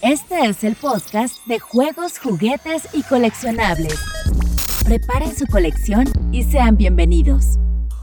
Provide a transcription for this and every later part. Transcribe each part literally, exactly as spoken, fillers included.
Este es el podcast de juegos, juguetes y coleccionables. Preparen su colección y sean bienvenidos.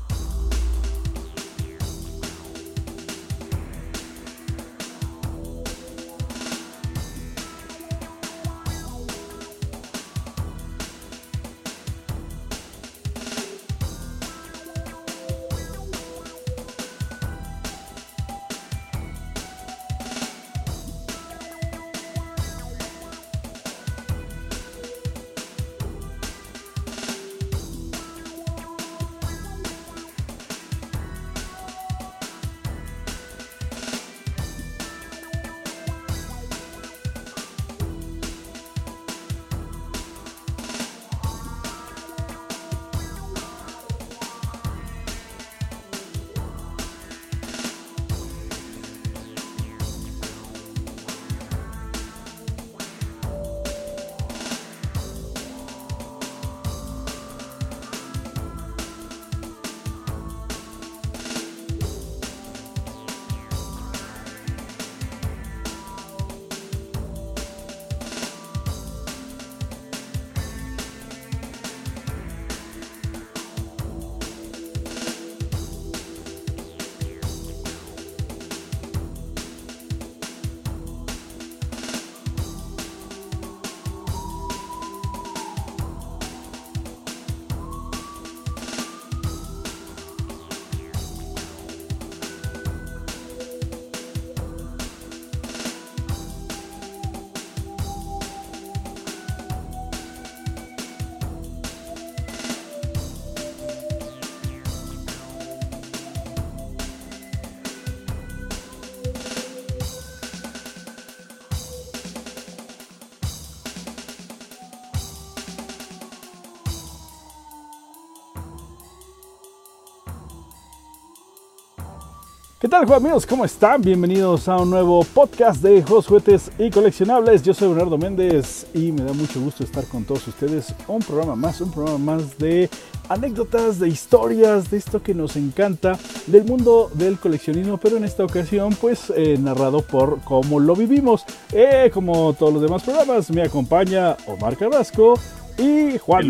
¿Qué tal, amigos? ¿Cómo están? Bienvenidos a un nuevo podcast de juegos, juguetes y coleccionables. Yo soy Bernardo Méndez y me da mucho gusto estar con todos ustedes. Un programa más, un programa más de anécdotas, de historias, de esto que nos encanta, del mundo del coleccionismo, pero en esta ocasión, pues, eh, narrado por cómo lo vivimos. Eh, como todos los demás programas, me acompaña Omar Carrasco y Juan.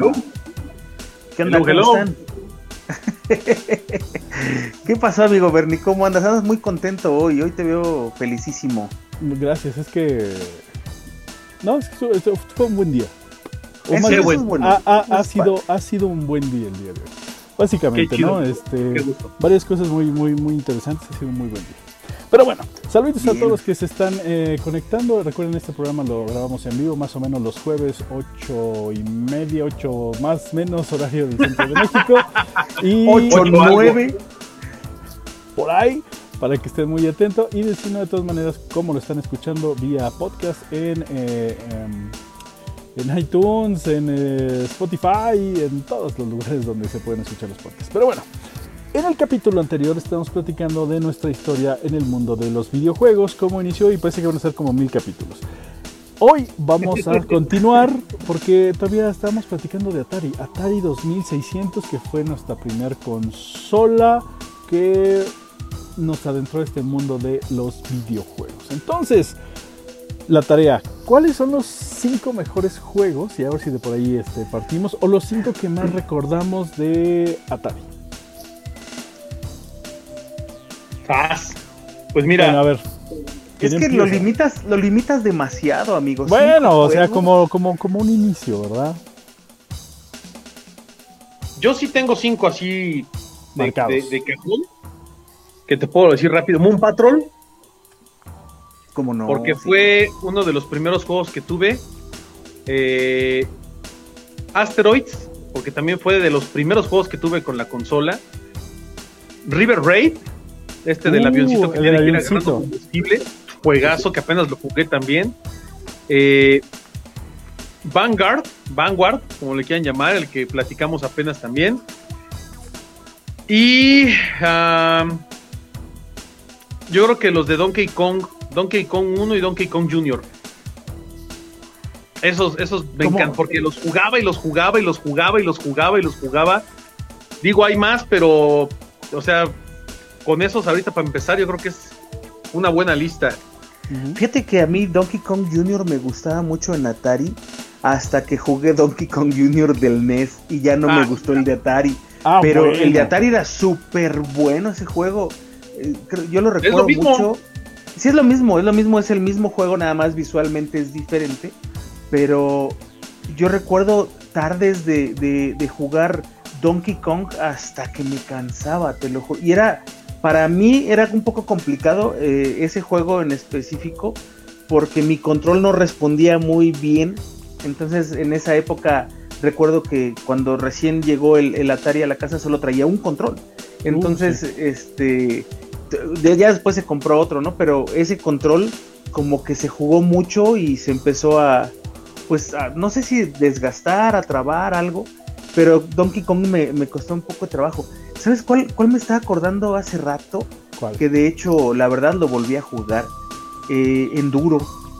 ¿Qué onda? ¿Cómo están? ¿Qué pasó, amigo Bernie? ¿Cómo andas? Andas muy contento hoy, hoy te veo felicísimo. Gracias, es que... No, es que esto fue un buen día. Es más, que es bueno. ha, ha, ha, sido, ha sido un buen día el día de hoy. Básicamente, ¿no? Este, varias cosas muy, muy, muy interesantes, ha sido un muy buen día. Pero bueno, saludos Bien. a todos los que se están eh, conectando. Recuerden, este programa lo grabamos en vivo más o menos los jueves, ocho y media, ocho más menos horario del centro de México. Y ocho, nueve. Por ahí, para que estén muy atentos. Y decirnos de todas maneras cómo lo están escuchando vía podcast en, eh, en, en iTunes, en eh, Spotify, en todos los lugares donde se pueden escuchar los podcasts. Pero bueno. En el capítulo anterior estamos platicando de nuestra historia en el mundo de los videojuegos, cómo inició, y parece que van a ser como mil capítulos. Hoy vamos a continuar porque todavía estamos platicando de Atari, Atari dos mil seiscientos, que fue nuestra primer consola que nos adentró a este mundo de los videojuegos. Entonces, la tarea, ¿cuáles son los cinco mejores juegos? Y a ver si de por ahí este, partimos, o los cinco que más recordamos de Atari. Pues mira, bueno, a ver, es que lo limitas, lo limitas demasiado, amigos. Bueno, o sea, como, como, como un inicio, ¿verdad? Yo sí tengo cinco así de, de, de cajón, que te puedo decir rápido. Moon Patrol. ¿Cómo no? Porque sí. Fue uno de los primeros juegos que tuve. Eh, Asteroids, porque también fue de los primeros juegos que tuve con la consola. River Raid. Este del uh, avioncito que tiene que ir agarrando combustible, juegazo que apenas lo jugué también. Eh, Vanguard, Vanguard, como le quieran llamar, el que platicamos apenas también. Y um, yo creo que los de Donkey Kong, Donkey Kong uno y Donkey Kong junior Esos, esos me encantan, porque los jugaba y los jugaba y los jugaba y los jugaba y los jugaba. Digo, hay más, pero, o sea, con esos ahorita para empezar yo creo que es una buena lista. Uh-huh. Fíjate que a mí Donkey Kong junior me gustaba mucho en Atari, hasta que jugué Donkey Kong junior del N E S y ya no ah, me gustó el de Atari. Ah, pero bueno. El de Atari era súper bueno ese juego. Eh, yo lo recuerdo lo mucho. Sí, es lo mismo, es lo mismo, es el mismo juego, nada más visualmente es diferente. Pero yo recuerdo tardes de, de, de jugar Donkey Kong hasta que me cansaba, te lo juro. Y era, para mí era un poco complicado eh, ese juego en específico, porque mi control no respondía muy bien. Entonces en esa época recuerdo que cuando recién llegó el, el Atari a la casa solo traía un control. Entonces uh, sí. este de, ya después se compró otro, ¿no? Pero ese control como que se jugó mucho y se empezó a, pues a, no sé si desgastar, a trabar algo, pero Donkey Kong me, me costó un poco de trabajo. ¿Sabes cuál, cuál me estaba acordando hace rato? ¿Cuál? Que de hecho la verdad lo volví a jugar. Eh, Enduro.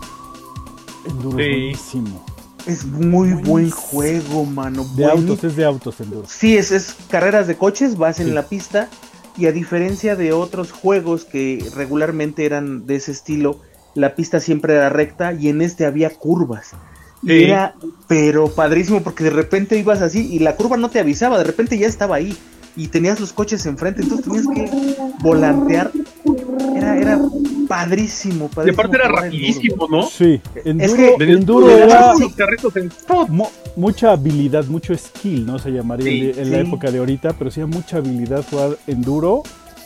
Enduro es buenísimo. Es muy buenísimo. Buen juego, mano. De Buen... autos, es de autos Enduro. Sí, es, es carreras de coches, vas sí. en la pista, y a diferencia de otros juegos que regularmente eran de ese estilo, la pista siempre era recta y en este había curvas. Sí. Y era, pero padrísimo, porque de repente ibas así y la curva no te avisaba, de repente ya estaba ahí y tenías los coches enfrente, entonces tenías que volantear. Era, era padrísimo, padrísimo. Y aparte era rapidísimo, ¿no? Sí, Enduro, es que Enduro era en... mu- mucha habilidad, mucho skill, ¿no? Se llamaría sí, en, en sí. la época de ahorita, pero sí mucha habilidad jugar Enduro.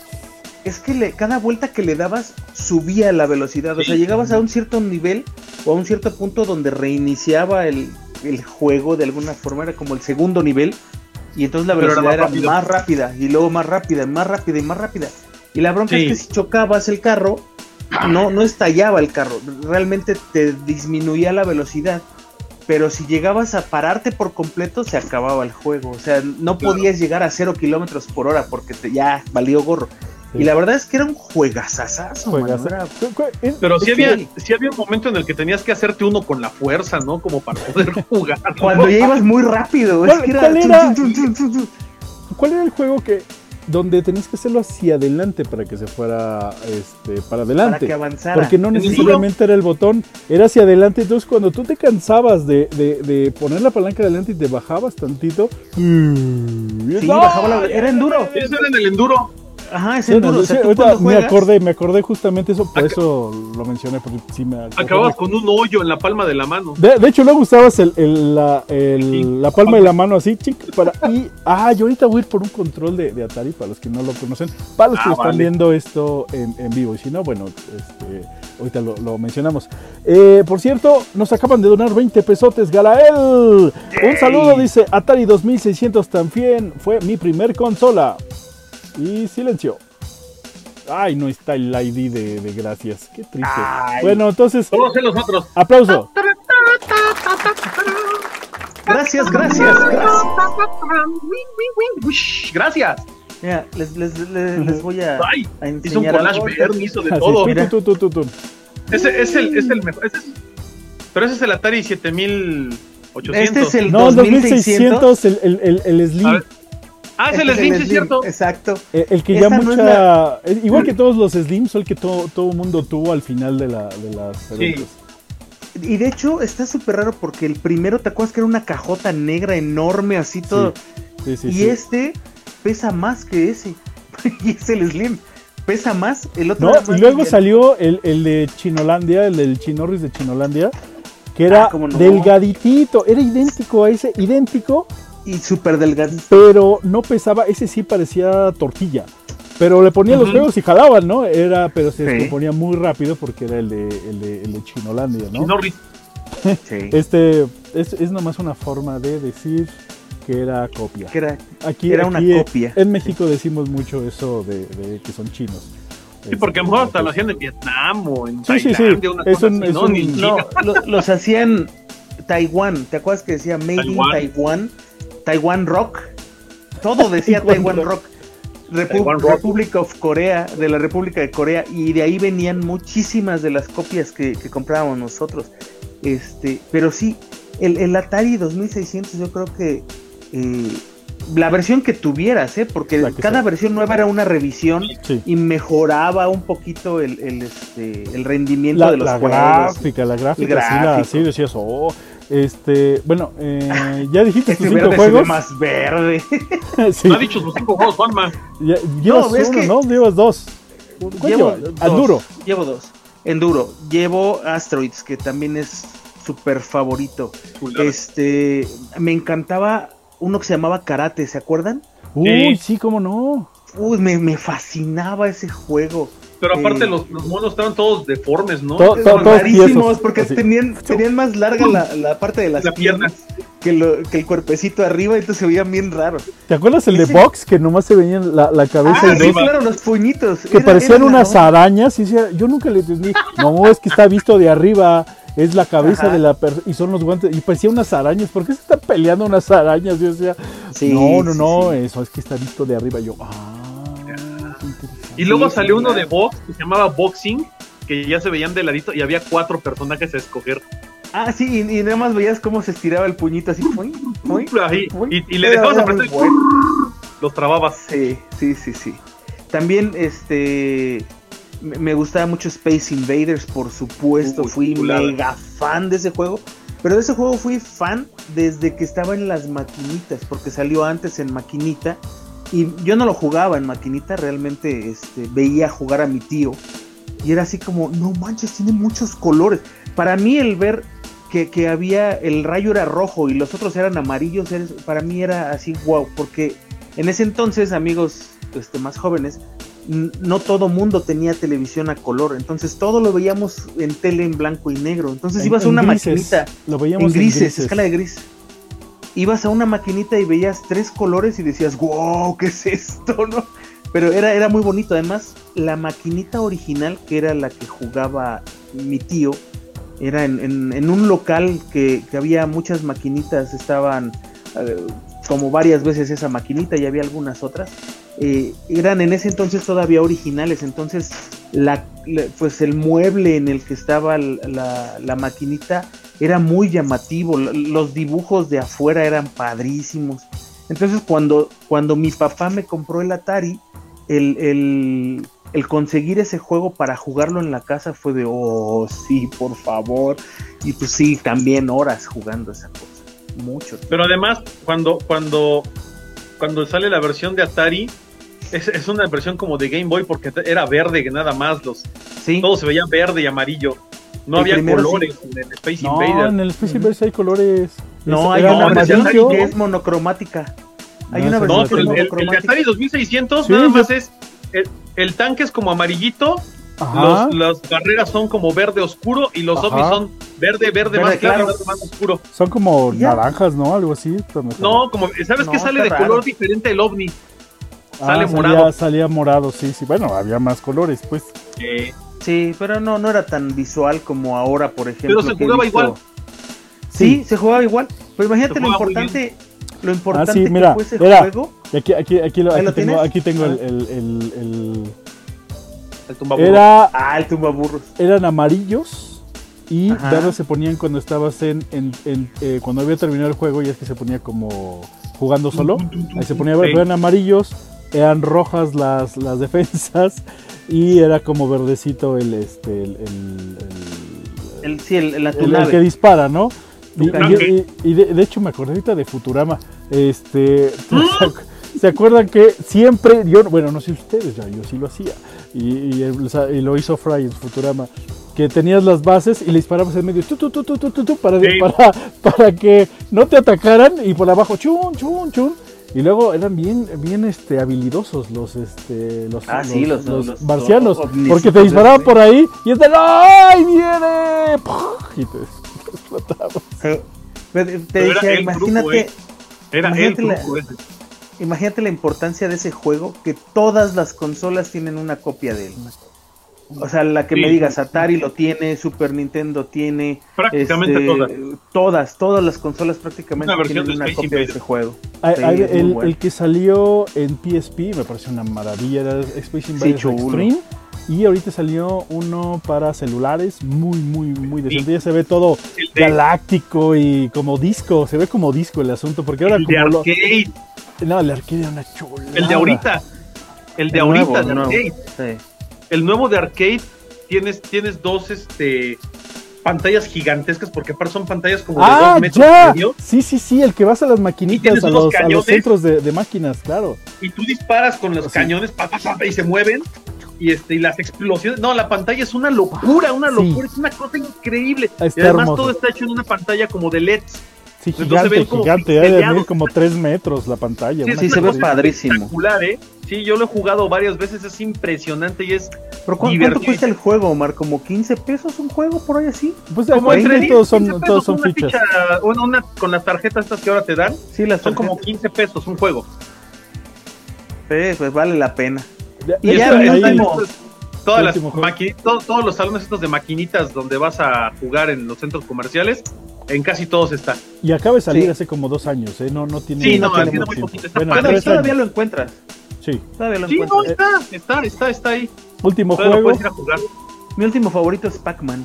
Es que le, cada vuelta que le dabas subía la velocidad, sí. o sea, llegabas a un cierto nivel o a un cierto punto donde reiniciaba el, el juego de alguna forma, era como el segundo nivel, y entonces la velocidad era, más, era más rápida, y luego más rápida, más rápida y más rápida. Y la bronca sí. es que si chocabas el carro, no, no estallaba el carro, realmente te disminuía la velocidad, pero si llegabas a pararte por completo, se acababa el juego. O sea, no claro. podías llegar a cero kilómetros por hora porque te, ya valió gorro. Sí. Y la verdad es que era un juegazazazo, Juegaza. Pero sí había, sí había un momento en el que tenías que hacerte uno con la fuerza, ¿no? Como para poder jugar. Cuando ya ibas muy rápido. ¿Cuál, es que era... ¿cuál, era, ¿Cuál era el juego que donde tenías que hacerlo hacia adelante para que se fuera este, para adelante? Para que avanzara. Porque no necesariamente era el botón, era hacia adelante. Entonces cuando tú te cansabas de, de, de poner la palanca adelante y te bajabas tantito, sí, ¡oh! bajaba la... era Enduro. Eso era en el Enduro. Ajá, es Enduro. Sí, o sea, sí, me juegas... acordé, me acordé justamente eso, por Ac- eso lo mencioné, porque sí me acababas con un hoyo en la palma de la mano. De, de hecho, luego usabas el, el, la, el, sí. la palma de la mano así, chic, para y ah, yo ahorita voy a ir por un control de, de Atari para los que no lo conocen, para los ah, que vale. están viendo esto en, en vivo, y si no, bueno, este, ahorita lo, lo mencionamos. Eh, por cierto, nos acaban de donar veinte pesotes, Galael. Hey. Un saludo, dice Atari dos mil seiscientos también fue mi primer consola. Y silencio. Ay, no está el I D de, de gracias. Qué triste. Ay. Bueno, entonces. Todos los otros. Aplauso. Gracias, gracias, gracias. Gracias. Mira, les, les, les, les voy a, Ay, a enseñar. Hizo un collage verde, hizo de todo. Sí, tú, tú, tú, tú, tú. Ese es el, es el mejor. Ese es, pero ese es el Atari siete mil ochocientos. Este es el no, dos mil seiscientos. el, el, el, el Slim. Ah, es el Slim, sí es cierto. Exacto. El, el que Esta ya mucha... No la... Igual que todos los Slims, el que todo todo mundo tuvo al final de, la, de las eventos. Sí. Y de hecho está súper raro porque el primero, ¿te acuerdas que era una cajota negra enorme así todo? Sí, sí, sí, y sí. este pesa más que ese. Y es el Slim. Pesa más, el otro. No, más y luego liviano. salió el, el de Chinolandia, el del Chinorris de Chinolandia, que era ah, no. delgaditito, era idéntico a ese, idéntico. Y súper delgado. Pero no pesaba, ese sí parecía tortilla. Pero le ponía uh-huh. los juegos y jalaban, ¿no? Era, pero se sí. descomponía muy rápido porque era el de, el de, el de Chinolandia, ¿no? Chinorris. Sí. Este es, es nomás una forma de decir que era copia. Que era, aquí, era aquí una copia. En México sí. decimos mucho eso de, de que son chinos. Sí, porque a lo mejor hasta lo hacían en Vietnam o en sí, Tailandia. Sí, sí. Una es cosa un, así, es ¿no? un, Ni no, lo, los hacían Taiwán. ¿Te acuerdas que decía Made Taiwan. in Taiwán? Taiwan Rock, todo decía Taiwan Rock. Repu- Taiwan Rock, Republic of Corea, de la República de Corea, y de ahí venían muchísimas de las copias que, que comprábamos nosotros. Este, pero sí, el, el Atari dos mil seiscientos yo creo que eh, la versión que tuvieras, ¿eh? Porque cada sea. versión nueva era una revisión sí. y mejoraba un poquito el, el, este, el rendimiento la, de los la juegos. Gráfica, la gráfica, sí, la, sí, decías, oh, este, bueno, eh, ya dijiste tus cinco juegos. Se ve más verde. sí. No ha dicho tus cinco juegos, Juanma. Ya, llevas no, uno, que... ¿no? Llevas dos. Llevo dos. Enduro. Llevo dos. Enduro. Llevo Asteroids, que también es súper favorito. Claro. Este, me encantaba uno que se llamaba Karate, ¿se acuerdan? Uy, sí, sí cómo no. Uy, me, me fascinaba ese juego. Pero aparte eh, los, los monos estaban todos deformes, ¿no? To, to, rarísimos, porque tenían, tenían más larga la, la parte de las la piernas que, lo, que el cuerpecito arriba, entonces se veían bien raros. ¿Te acuerdas el ese? de Box? Que nomás se veían la, la cabeza ah, y sí, dos, claro, los puñitos. Que era, parecían unas arañas. Y decía, yo nunca le entendí. No, es que está visto de arriba. Es la cabeza Ajá. de la persona y son los guantes. Y parecía unas arañas. ¿Por qué se están peleando unas arañas? Yo decía, sí, no, no, sí, no. Sí. Eso es que está visto de arriba. Yo, ah. Y luego sí, salió sí, uno de box que se llamaba Boxing, que ya se veían de ladito y había cuatro personajes a escoger. Ah, sí, y, y nada más veías cómo se estiraba el puñito así. Muy, muy, Ahí, muy, y, y le dejabas apretar y bueno. los trababas. Sí, sí, sí, sí. También, este, me gustaba mucho Space Invaders, por supuesto. Uh, fui culada. mega fan de ese juego. Pero de ese juego fui fan desde que estaba en las maquinitas, porque salió antes en maquinita. Y yo no lo jugaba en maquinita, realmente este, veía jugar a mi tío. Y era así como, no manches, tiene muchos colores. Para mí el ver que, que había, el rayo era rojo y los otros eran amarillos, para mí era así, wow. Porque en ese entonces, amigos este, más jóvenes, no todo mundo tenía televisión a color. Entonces todo lo veíamos en tele en blanco y negro. Entonces en, ibas a una grises. maquinita, lo veíamos en grises, en grises, escala de gris. Ibas a una maquinita y veías tres colores y decías, wow, ¿qué es esto? ¿No? Pero era, era muy bonito. Además, la maquinita original, que era la que jugaba mi tío, era en, en, en un local que, que había muchas maquinitas, estaban eh, como varias veces esa maquinita y había algunas otras. Eh, eran en ese entonces todavía originales, entonces la, la, pues el mueble en el que estaba la, la maquinita era muy llamativo, los dibujos de afuera eran padrísimos. Entonces cuando, cuando mi papá me compró el Atari, el, el, el conseguir ese juego para jugarlo en la casa fue de, oh sí, por favor, y pues sí, también horas jugando esa cosa, mucho. Pero además, cuando, cuando, cuando sale la versión de Atari, es, es una versión como de Game Boy, porque era verde que nada más, los ¿Sí? todo se veía verde y amarillo. No el había colores sí. en el Space no, Invaders. No, en el Space Invaders hay colores. No, hay una versión que es monocromática. Hay no, una versión no, que es el, monocromática. El de Atari dos mil seiscientos sí, nada sí. más es... El, el tanque es como amarillito, los, las barreras son como verde oscuro y los Ajá. ovnis son verde, verde, verde más claro, verde más oscuro. Son como ¿Ya? naranjas, ¿no? Algo así. No, como, ¿sabes no, qué sale de raro. color diferente el ovni? Ah, sale salía, morado. Salía morado, sí, sí. Bueno, había más colores, pues. Eh, Sí, pero no, no era tan visual como ahora, por ejemplo. Pero se jugaba igual. Sí, sí, se jugaba igual. Pero imagínate lo importante, lo importante ah, sí, que mira, fue ese era, juego. Aquí, aquí, aquí, lo, aquí, lo tengo, aquí tengo ah. el, el, el, el, el tumbaburros. Era, ah, el tumbaburros. Eran amarillos y Ajá. verdes se ponían cuando estabas en, en, en eh, cuando había terminado el juego y es que se ponía como jugando solo. Ahí se ponía verde, sí. eran amarillos, eran rojas las, las defensas. Y era como verdecito el este el el, el, el sí el, el, el, el que dispara, ¿no? Y, y, y de, de hecho me acordé ahorita de Futurama. Este ¿se, ¿se acuerdan que siempre yo bueno no sé ustedes ya yo sí lo hacía y, y, el, y lo hizo Fry en Futurama que tenías las bases y le disparabas en medio tu, tu, tu, tu, tu, tu, para, sí. para para que no te atacaran y por abajo chun chun chun. Y luego eran bien, bien este, habilidosos los, este, los, ah, los, sí, los, los, los marcianos, los, porque te disparaban por ahí y es de ¡ay, viene! Y te, te explotabas. Sí. Te, te decía, imagínate, grupo, eh. Era imagínate, el la, ese. imagínate la importancia de ese juego, que todas las consolas tienen una copia de él. O sea, la que sí. me digas, Atari lo tiene, Super Nintendo tiene, prácticamente este, todas. Todas, todas las consolas prácticamente una tienen una copia de ese juego. Hay, sí, hay, el, bueno. el que salió en P S P me pareció una maravilla, era Space Invaders sí, Extreme. Y ahorita salió uno para celulares muy, muy, muy decente. Sí. Ya se ve todo de, galáctico y como disco, se ve como disco el asunto, porque ahora el como de arcade. No, el arcade era una chulada. El de ahorita. El de el ahorita, nuevo, de arcade. Sí. El nuevo de arcade, tienes, tienes dos este, pantallas gigantescas, porque aparte son pantallas como ah, de dos metros ya. y medio. Sí, sí, sí, el que vas a las maquinitas, a los, a los centros de, de máquinas, claro. Y tú disparas con los sí. cañones, pa, pa, pa, y se mueven. Y, este, y las explosiones, no, la pantalla es una locura, una locura, sí. Es una cosa increíble. Está y además hermoso. todo está hecho en una pantalla como de L E Ds. Sí, gigante, gigante, hay de medir como tres metros la pantalla. Sí, sí se ve padrísimo. Espectacular, ¿eh? Sí, yo lo he jugado varias veces, es impresionante y es ¿Pero cu- cuánto cuesta el juego, Omar? ¿Como quince pesos un juego por ahí así? Pues como entre todos son, todos son una fichas. Ficha, una, una, con las tarjetas estas que ahora te dan, sí, las son tarjetas. como quince pesos un juego. Sí, pues vale la pena. Y, y ya, ahí, último, todas las maqui- todo, todos los salones estos de maquinitas donde vas a jugar en los centros comerciales, en casi todos está. Y acaba de salir sí. hace como dos años, ¿eh? No, no tiene. Sí, no, no tiene tiene muy poquito. Está bueno, pero todavía lo encuentras. Sí. Todavía lo sí, encuentras. no, está, está, está, está ahí. Último todavía juego. Lo puedes ir a jugar. Mi último favorito es Pac-Man.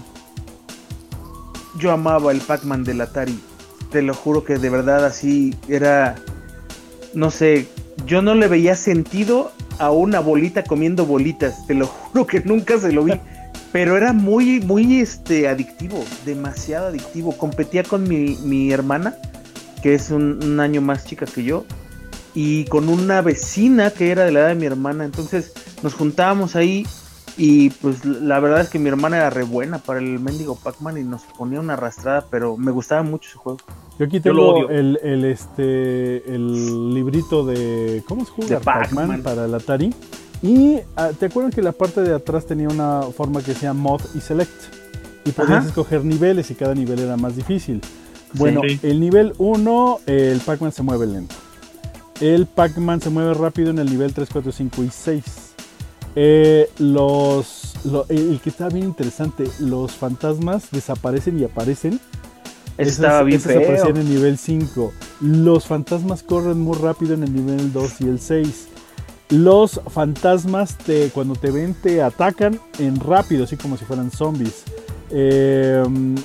Yo amaba el Pac-Man del Atari. Te lo juro que de verdad así era. No sé, yo no le veía sentido a una bolita comiendo bolitas. Te lo juro que nunca se lo vi. Pero era muy, muy este, adictivo, demasiado adictivo. Competía con mi, mi hermana, que es un, un año más chica que yo, y con una vecina que era de la edad de mi hermana. Entonces nos juntábamos ahí y pues la verdad es que mi hermana era re buena para el mendigo Pac-Man y nos ponía una arrastrada, pero me gustaba mucho ese juego. Yo aquí tengo el, el, este, el librito de cómo se juega Pac-Man Pac para el Atari. Y uh, te acuerdas que la parte de atrás tenía una forma que decía Mod y Select. Y podías Ajá. escoger niveles y cada nivel era más difícil. Bueno, sí. el nivel uno, eh, el Pac-Man se mueve lento. El Pac-Man se mueve rápido en el nivel tres, cuatro, cinco y seis. Eh, los, lo, el que está bien interesante, los fantasmas desaparecen y aparecen. Estaba bien feo. Desaparecían en el nivel cinco. Los fantasmas corren muy rápido en el nivel dos y el seis. Los fantasmas te, cuando te ven te atacan en rápido, así como si fueran zombies. Eh,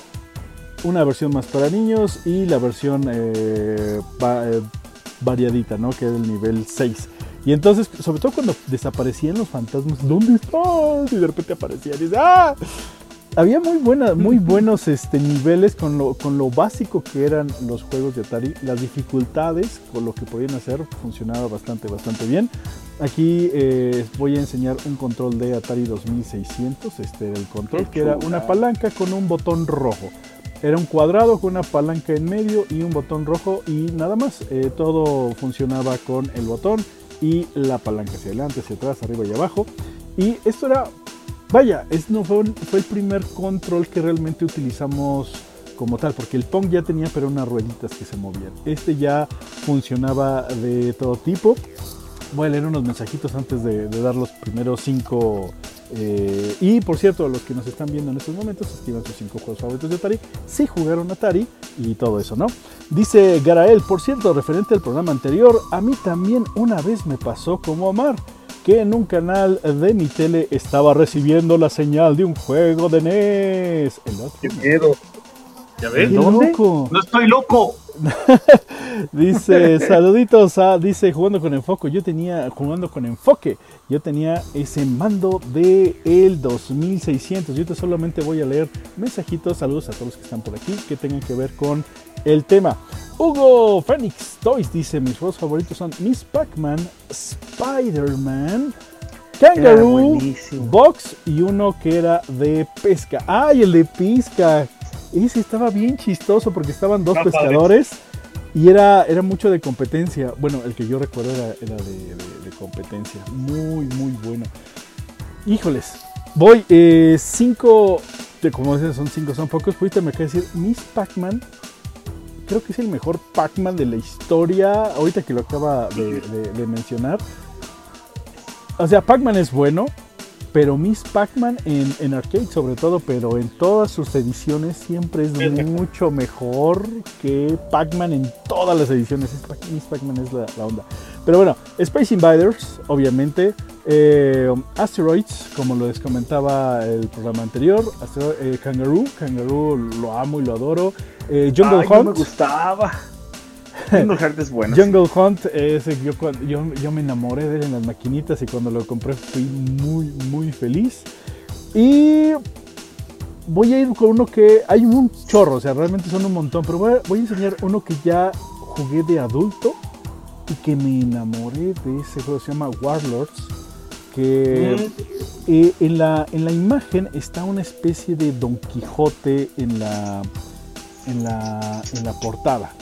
una versión más para niños y la versión eh, va, eh, variadita, ¿no? Que es el nivel seis. Y entonces, sobre todo cuando desaparecían los fantasmas, ¿dónde están? Y de repente aparecían y dices, ¡ah! Había muy, buena, muy buenos este, niveles con lo, con lo básico que eran los juegos de Atari. Las dificultades con lo que podían hacer funcionaba bastante, bastante bien. Aquí eh, voy a enseñar un control de Atari dos mil seiscientos. Este era el control, que era una palanca con un botón rojo. Era un cuadrado con una palanca en medio y un botón rojo y nada más. Eh, todo funcionaba con el botón y la palanca hacia adelante, hacia atrás, arriba y abajo. Y esto era... Vaya, es, no, fue, un, fue el primer control que realmente utilizamos como tal, porque el Pong ya tenía pero unas rueditas que se movían. Este ya funcionaba de todo tipo. Voy a leer unos mensajitos antes de, de dar los primeros cinco. Eh, y por cierto, los que nos están viendo en estos momentos, escriban sus cinco juegos favoritos de Atari. Si jugaron Atari y todo eso, ¿no? Dice Garael, por cierto, referente al programa anterior, a mí también una vez me pasó como Omar, que en un canal de mi tele estaba recibiendo la señal de un juego de N E S. El otro. ¡Qué miedo! ¿Ya ves? ¿Dónde? Loco. ¡No estoy loco! Dice, saluditos a, dice, jugando con enfoque. Yo tenía, jugando con enfoque, yo tenía ese mando de el dos mil seiscientos. Yo te solamente voy a leer mensajitos. Saludos a todos los que están por aquí, que tengan que ver con el tema. Hugo Phoenix Toys dice, mis juegos favoritos son Miss Pac-Man, Spider-Man, Kangaroo, Box y uno que era de pesca. ¡Ay, el de pesca! Ese estaba bien chistoso porque estaban dos pescadores y era, era mucho de competencia. Bueno, el que yo recuerdo era, era de, de, de competencia. Muy, muy bueno. Híjoles. Voy, eh, cinco, de, como dicen, son cinco, son pocos. Ahorita me acaba de decir, Miss Pac-Man, creo que es el mejor Pac-Man de la historia. Ahorita que lo acaba de, de, de mencionar. O sea, Pac-Man es bueno. Pero Miss Pac-Man en, en arcade sobre todo, pero en todas sus ediciones siempre es mucho mejor que Pac-Man en todas las ediciones. Miss Pac-Man es la, la onda. Pero bueno, Space Invaders, obviamente. Eh, Asteroids, como les comentaba el programa anterior. Astero- eh, Kangaroo, Kangaroo lo amo y lo adoro. Eh, Jungle Ay, Hunt. No me gustaba. Kingdom Hearts es bueno. Jungle sí. Hunt, ese, yo, yo, yo me enamoré de él en las maquinitas y cuando lo compré fui muy, muy feliz. Y voy a ir con uno que hay un chorro, o sea, realmente son un montón, pero voy a, voy a enseñar uno que ya jugué de adulto y que me enamoré de ese juego, se llama Warlords, que mm. eh, en, la, en la imagen está una especie de Don Quijote en la, en la, en la portada.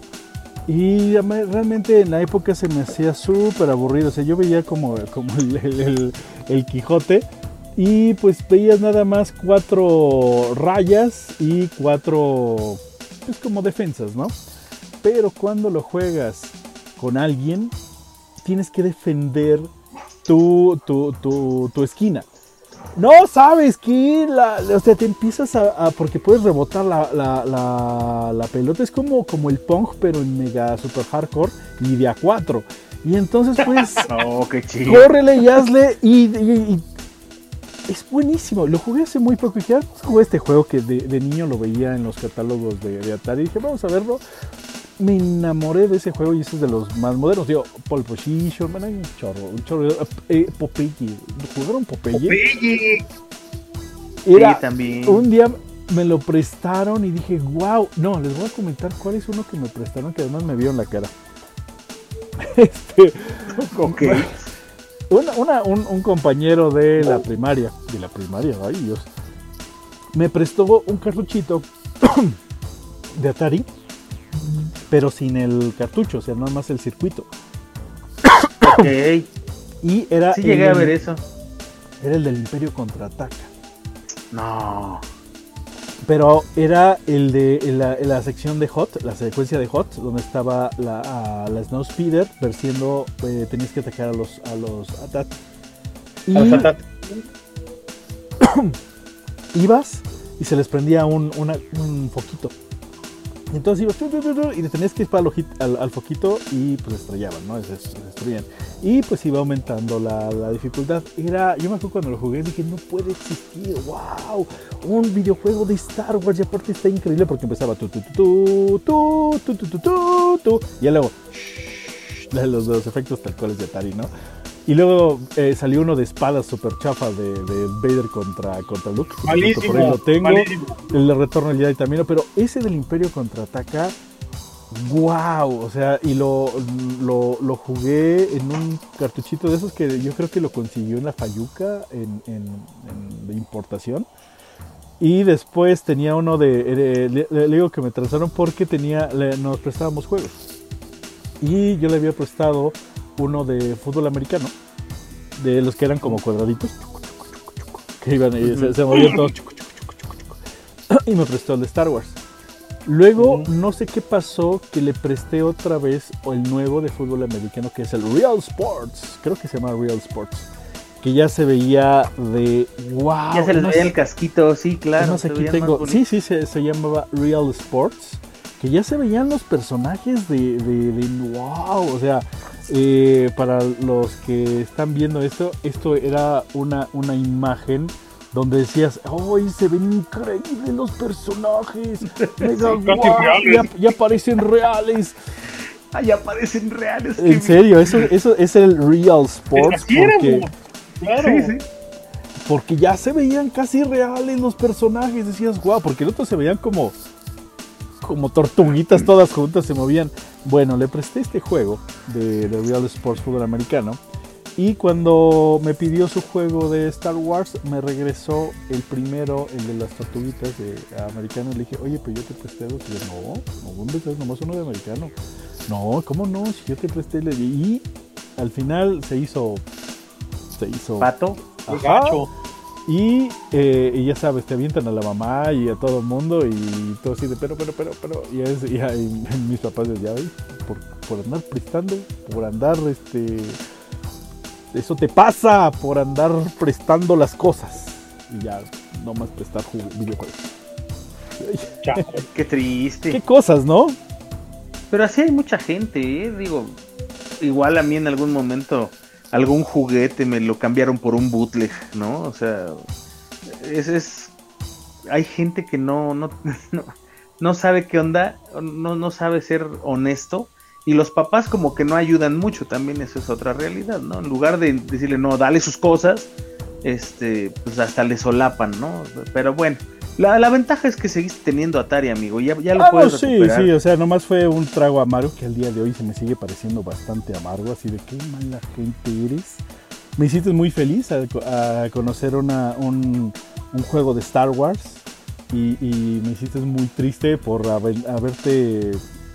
Y realmente en la época se me hacía súper aburrido, o sea, yo veía como, como el, el, el Quijote y pues veías nada más cuatro rayas y cuatro, pues como defensas, ¿no? Pero cuando lo juegas con alguien, tienes que defender tu, tu, tu, tu esquina. No sabes que la, o sea, te empiezas a, a porque puedes rebotar la, la, la, la pelota, es como, como el Pong, pero en mega super hardcore y de a cuatro. Y entonces pues oh, qué chido. Córrele y hazle y, y, y es buenísimo. Lo jugué hace muy poco y ya jugué este juego que de, de niño lo veía en los catálogos de, de Atari y dije vamos a verlo. Me enamoré de ese juego y ese es de los más modernos. Digo, Pole Position, man, hay un chorro, un chorro. Eh, Popeye, ¿jugaron Popeye? Popeye. Era, sí, también. Un día me lo prestaron y dije, wow. No, les voy a comentar cuál es uno que me prestaron que además me vio en la cara. Este, ok. Una, una, un, un compañero de la primaria, de la primaria, ay Dios, me prestó un cartuchito de Atari, pero sin el cartucho, o sea, nada más el circuito. Ok. Y era. Sí, llegué el, a ver eso. Era el del Imperio Contraataca. No. Pero era el de la, la sección de Hot, la secuencia de Hot, donde estaba la, la Snow Speeder persiguiendo, eh, tenías que atacar a los a los Atat. Y a los Atat. Ibas y se les prendía un, una, un foquito. Y entonces ibas y le tenías que disparar al, al foquito y pues estrellaban, ¿no? Se, se destruían. Y pues iba aumentando la, la dificultad. Era, yo me acuerdo cuando lo jugué dije, no puede existir, wow, un videojuego de Star Wars y aparte está increíble porque empezaba tu tu tu tu tu tu tu tu tu y luego shh, los, los efectos tal cuales de Atari, ¿no? Y luego eh, salió uno de espadas super chafa de, de Vader contra, contra Luke. Malísimo, por ahí lo tengo. Malísimo. El de Retorno al Jedi también, pero ese del Imperio Contraataca, wow, o sea, y lo, lo, lo jugué en un cartuchito de esos que yo creo que lo consiguió en la Fayuca, en, en, en de importación. Y después tenía uno de, de le, le digo que me trazaron porque tenía, le, nos prestábamos juegos. Y yo le había prestado uno de fútbol americano, de los que eran como cuadraditos, que iban y se, se movían todos, y me prestó el de Star Wars. Luego, no sé qué pasó, que le presté otra vez el nuevo de fútbol americano, que es el Real Sports, creo que se llama Real Sports, que ya se veía de wow. Ya se les veía el casquito, sí, claro. Más aquí tengo, sí, sí, se, se llamaba Real Sports, que ya se veían los personajes de, de, de wow, o sea, eh, para los que están viendo esto, esto era una, una imagen donde decías, ¡ay, se ven increíbles los personajes! Mega sí, wow, ya, ya parecen reales. Ah, ya parecen reales. En serio, eso, eso es el Real Sports. Porque, claro. Sí, sí. Porque ya se veían casi reales los personajes. Decías, guau, porque el otro se veían como, como tortuguitas todas juntas, se movían. Bueno, le presté este juego de, de Real Sports Fútbol Americano. Y cuando me pidió su juego de Star Wars, me regresó el primero, el de las tortuguitas de americano. Le dije, oye, pero yo te presté dos. Y yo, no, no, no, nomás uno de americano. No, ¿cómo no? Si yo te presté. Le dije, y al final se hizo. Se hizo. ¿Pato? Ajá. Y, eh, y ya sabes, te avientan a la mamá y a todo el mundo. Y todo así de, pero, pero, pero, pero. Y, es, y, y mis papás decían, ya ves, por, por andar prestando, por andar, este. Eso te pasa por andar prestando las cosas. Y ya, no más prestar videojuegos. Qué triste. Qué cosas, ¿no? Pero así hay mucha gente, ¿eh? Digo, igual a mí en algún momento algún juguete me lo cambiaron por un bootleg, ¿no? O sea, es, es hay gente que no, no, no, no sabe qué onda, no, no sabe ser honesto Y los papás como que no ayudan mucho, también eso es otra realidad, ¿no? En lugar de decirle, no, dale sus cosas, este, pues hasta le solapan, ¿no? Pero bueno, la, la ventaja es que seguiste teniendo Atari, amigo, ya, ya lo ah, puedes no, sí, recuperar. sí, o sea, nomás fue un trago amargo que al día de hoy se me sigue pareciendo bastante amargo, así de qué mala gente eres. Me hiciste muy feliz a, a conocer una, un, un juego de Star Wars y, y me hiciste muy triste por haber, haberte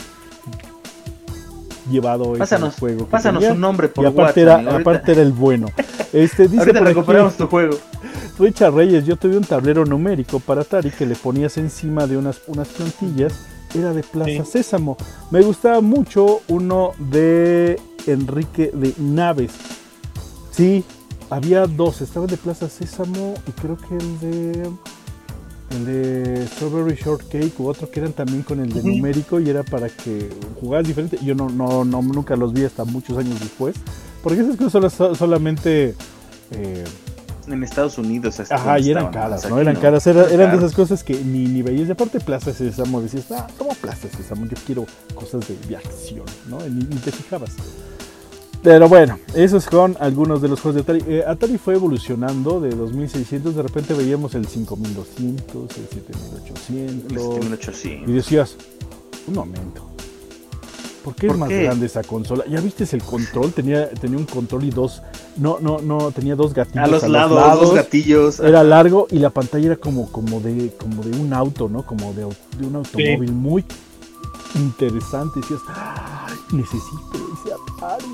llevado pásanos, ese juego. Que pásanos tenía, un nombre por y aparte WhatsApp. Era, aparte era el bueno. Este, dice ahorita recuperamos aquí, tu juego. Richard Reyes, yo tuve un tablero numérico para Atari que le ponías encima de unas, unas plantillas. Era de Plaza sí. Sésamo. Me gustaba mucho uno de Enrique de Naves. Sí, había dos. Estaba el de Plaza Sésamo y creo que el de... el de Strawberry Shortcake u otro que eran también con el de uh-huh. numérico y era para que jugabas diferente. Yo no, no, no nunca los vi hasta muchos años después, porque esas cosas solo, solamente eh, en Estados Unidos. Ajá, y eran caras, ¿no? Eran no, caras, era, eran de esas cosas que ni, ni veías. Y aparte Plaza Sésamo decías, ah, ¿cómo Plaza Sésamo? Yo quiero cosas de, de acción, ¿no? Ni, ni te fijabas. Pero bueno, esos son algunos de los juegos de Atari. Eh, Atari fue evolucionando de dos mil seiscientos, de repente veíamos el cinco mil doscientos, el siete mil ochocientos. El siete mil ochocientos. Y decías, un momento, ¿por qué ¿Por es más qué? grande esa consola? ¿Ya viste el control? Tenía, tenía un control y dos, no, no, no, tenía dos gatillos a los, a lados, los lados, dos gatillos. Era largo y la pantalla era como, como, de, como de un auto, ¿no? Como de, de un automóvil sí. muy interesante. Decías, necesito ese Atari.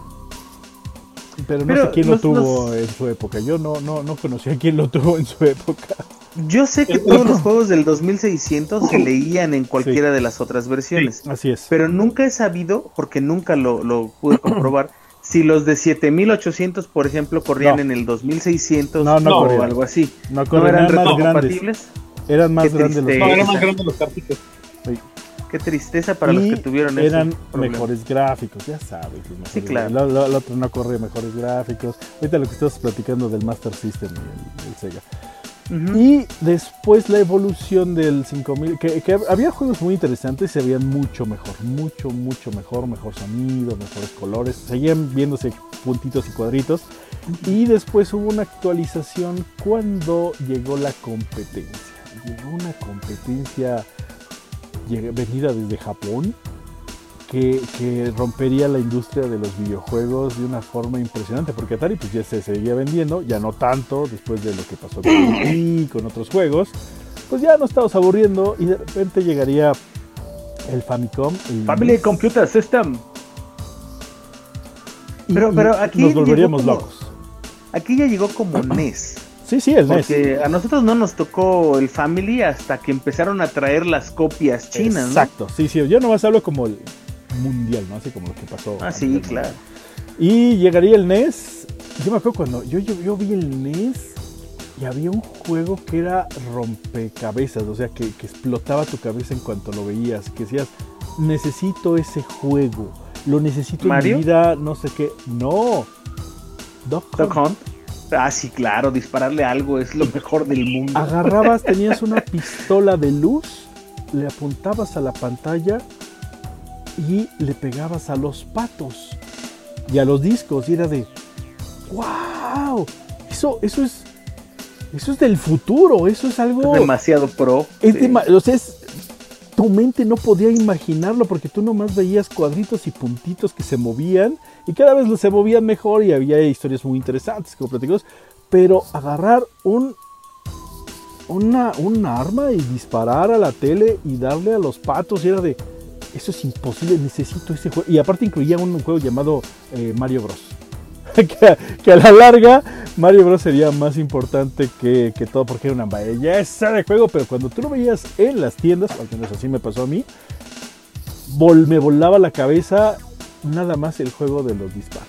Pero no Pero sé quién los, lo tuvo los... en su época. Yo no, no, no conocía a quién lo tuvo en su época. Yo sé que todos los juegos del dos mil seiscientos se leían en cualquiera sí. de las otras versiones. Sí, así es. Pero nunca he sabido, porque nunca lo, lo pude comprobar, si los de siete mil ochocientos, por ejemplo, corrían no. en el dos mil seiscientos no, no o corrían. algo así. No, corrían, ¿No eran, eran más retrocompatibles? Eran más grandes los No, eran más grandes los cartuchos. Sí. Qué tristeza para y los que tuvieron eso. Eran mejores gráficos, ya sabes. Sí, claro. El otro no corre mejores gráficos. Ahorita lo que estás platicando del Master System y el, el Sega. Uh-huh. Y después la evolución del cinco mil, que, que había juegos muy interesantes, se veían mucho mejor, mucho, mucho mejor, mejor sonido, mejores colores, seguían viéndose puntitos y cuadritos. Uh-huh. Y después hubo una actualización cuando llegó la competencia. Llegó una competencia venida desde Japón que, que rompería la industria de los videojuegos de una forma impresionante, porque Atari pues ya se seguía vendiendo, ya no tanto después de lo que pasó con E T, con otros juegos, pues ya nos estábamos aburriendo y de repente llegaría el Famicom, el Family N E S. Computer System, y, pero, pero aquí nos volveríamos como, locos. Aquí ya llegó como N E S. Sí, sí, el N E S. Porque a nosotros no nos tocó el Family hasta que empezaron a traer las copias chinas. Exacto, ¿no? sí, sí. Yo nomás hablo como el mundial, ¿no? Así como lo que pasó. Ah, sí, claro. Y llegaría el N E S. Yo me acuerdo cuando yo, yo, yo vi el N E S y había un juego que era rompecabezas, o sea, que, que explotaba tu cabeza en cuanto lo veías. Que decías, necesito ese juego, lo necesito ¿Mario? en mi vida, no sé qué. No. Duck Hunt. Duck Hunt. Ah, sí, claro, dispararle algo es lo mejor del mundo. Agarrabas, tenías una pistola de luz, le apuntabas a la pantalla y le pegabas a los patos y a los discos y era de ¡wow! Eso, eso es eso es del futuro, eso es algo... Es demasiado pro. Es sí. dema- o sea, es, tu mente no podía imaginarlo porque tú nomás veías cuadritos y puntitos que se movían y cada vez se movían mejor y había historias muy interesantes, como platicamos, pero agarrar un una, un arma y disparar a la tele y darle a los patos y era de, eso es imposible, necesito ese juego. Y aparte incluía un, un juego llamado eh, Mario Bros. que, a, que a la larga Mario Bros sería más importante que, que todo porque era una belleza de juego, pero cuando tú lo veías en las tiendas, al menos así me pasó a mí, vol, me volaba la cabeza nada más el juego de los disparos.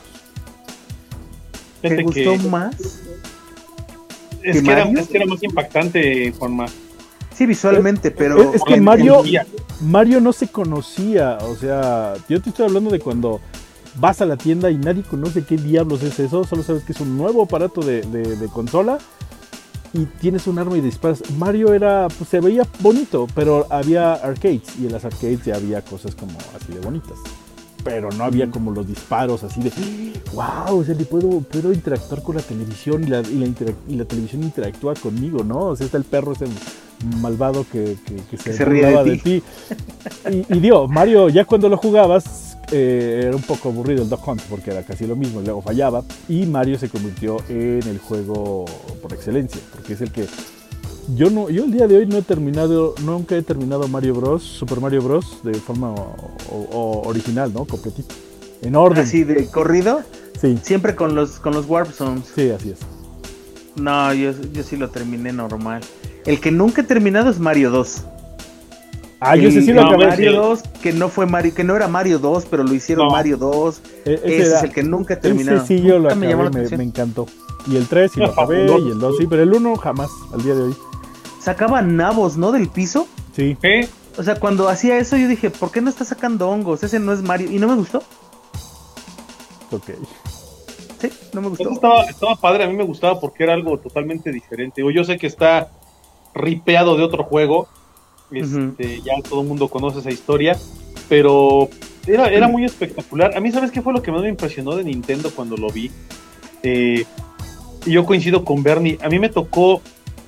¿Te gustó que, más? Es que, era, es que era más impactante, Juanma. Sí, visualmente, eh, pero... Es, es que Mario, Mario no se conocía, o sea, yo te estoy hablando de cuando vas a la tienda y nadie conoce qué diablos es eso, solo sabes que es un nuevo aparato de, de, de consola y tienes un arma y disparas. Mario era, pues se veía bonito, pero había arcades y en las arcades ya había cosas como así de bonitas. pero no había como los disparos así de wow, o sea, le puedo, puedo interactuar con la televisión y la, y, la interac- y la televisión interactúa conmigo, ¿no? O sea, está el perro ese malvado que, que, que se, se ríe de, de ti, ti. Y, y digo, Mario, ya cuando lo jugabas eh, era un poco aburrido el Duck Hunt porque era casi lo mismo, luego fallaba, y Mario se convirtió en el juego por excelencia, porque es el que Yo no, yo el día de hoy no he terminado, nunca he terminado Mario Bros, Super Mario Bros de forma o, o, original, ¿no? Completito. En orden. ¿Así de corrido? Sí. Siempre con los con los Warp Zones. Sí, así es. No, yo, yo sí lo terminé normal. El que nunca he terminado es Mario dos. Ah, yo el, ese sí lo no, acabé. Mario dos, que no fue Mario, que no era Mario dos, pero lo hicieron no. Mario dos. E- ese ese era, es el que nunca he terminado. Ese sí yo lo Nunca acabé, me, me, me encantó. Y el tres sí lo acabé, y el dos sí, pero el uno jamás, al día de hoy. Sacaban nabos, ¿no? Del piso. Sí. ¿Eh? O sea, cuando hacía eso yo dije, ¿por qué no está sacando hongos? Ese no es Mario. Y no me gustó. Ok. Sí, no me gustó. Estaba, estaba padre, a mí me gustaba porque era algo totalmente diferente. Yo sé que está ripeado de otro juego. Este, uh-huh. Ya todo el mundo conoce esa historia. Pero era, era muy espectacular. A mí, ¿sabes qué fue lo que más me impresionó de Nintendo cuando lo vi? Eh, y yo coincido con Bernie. A mí me tocó...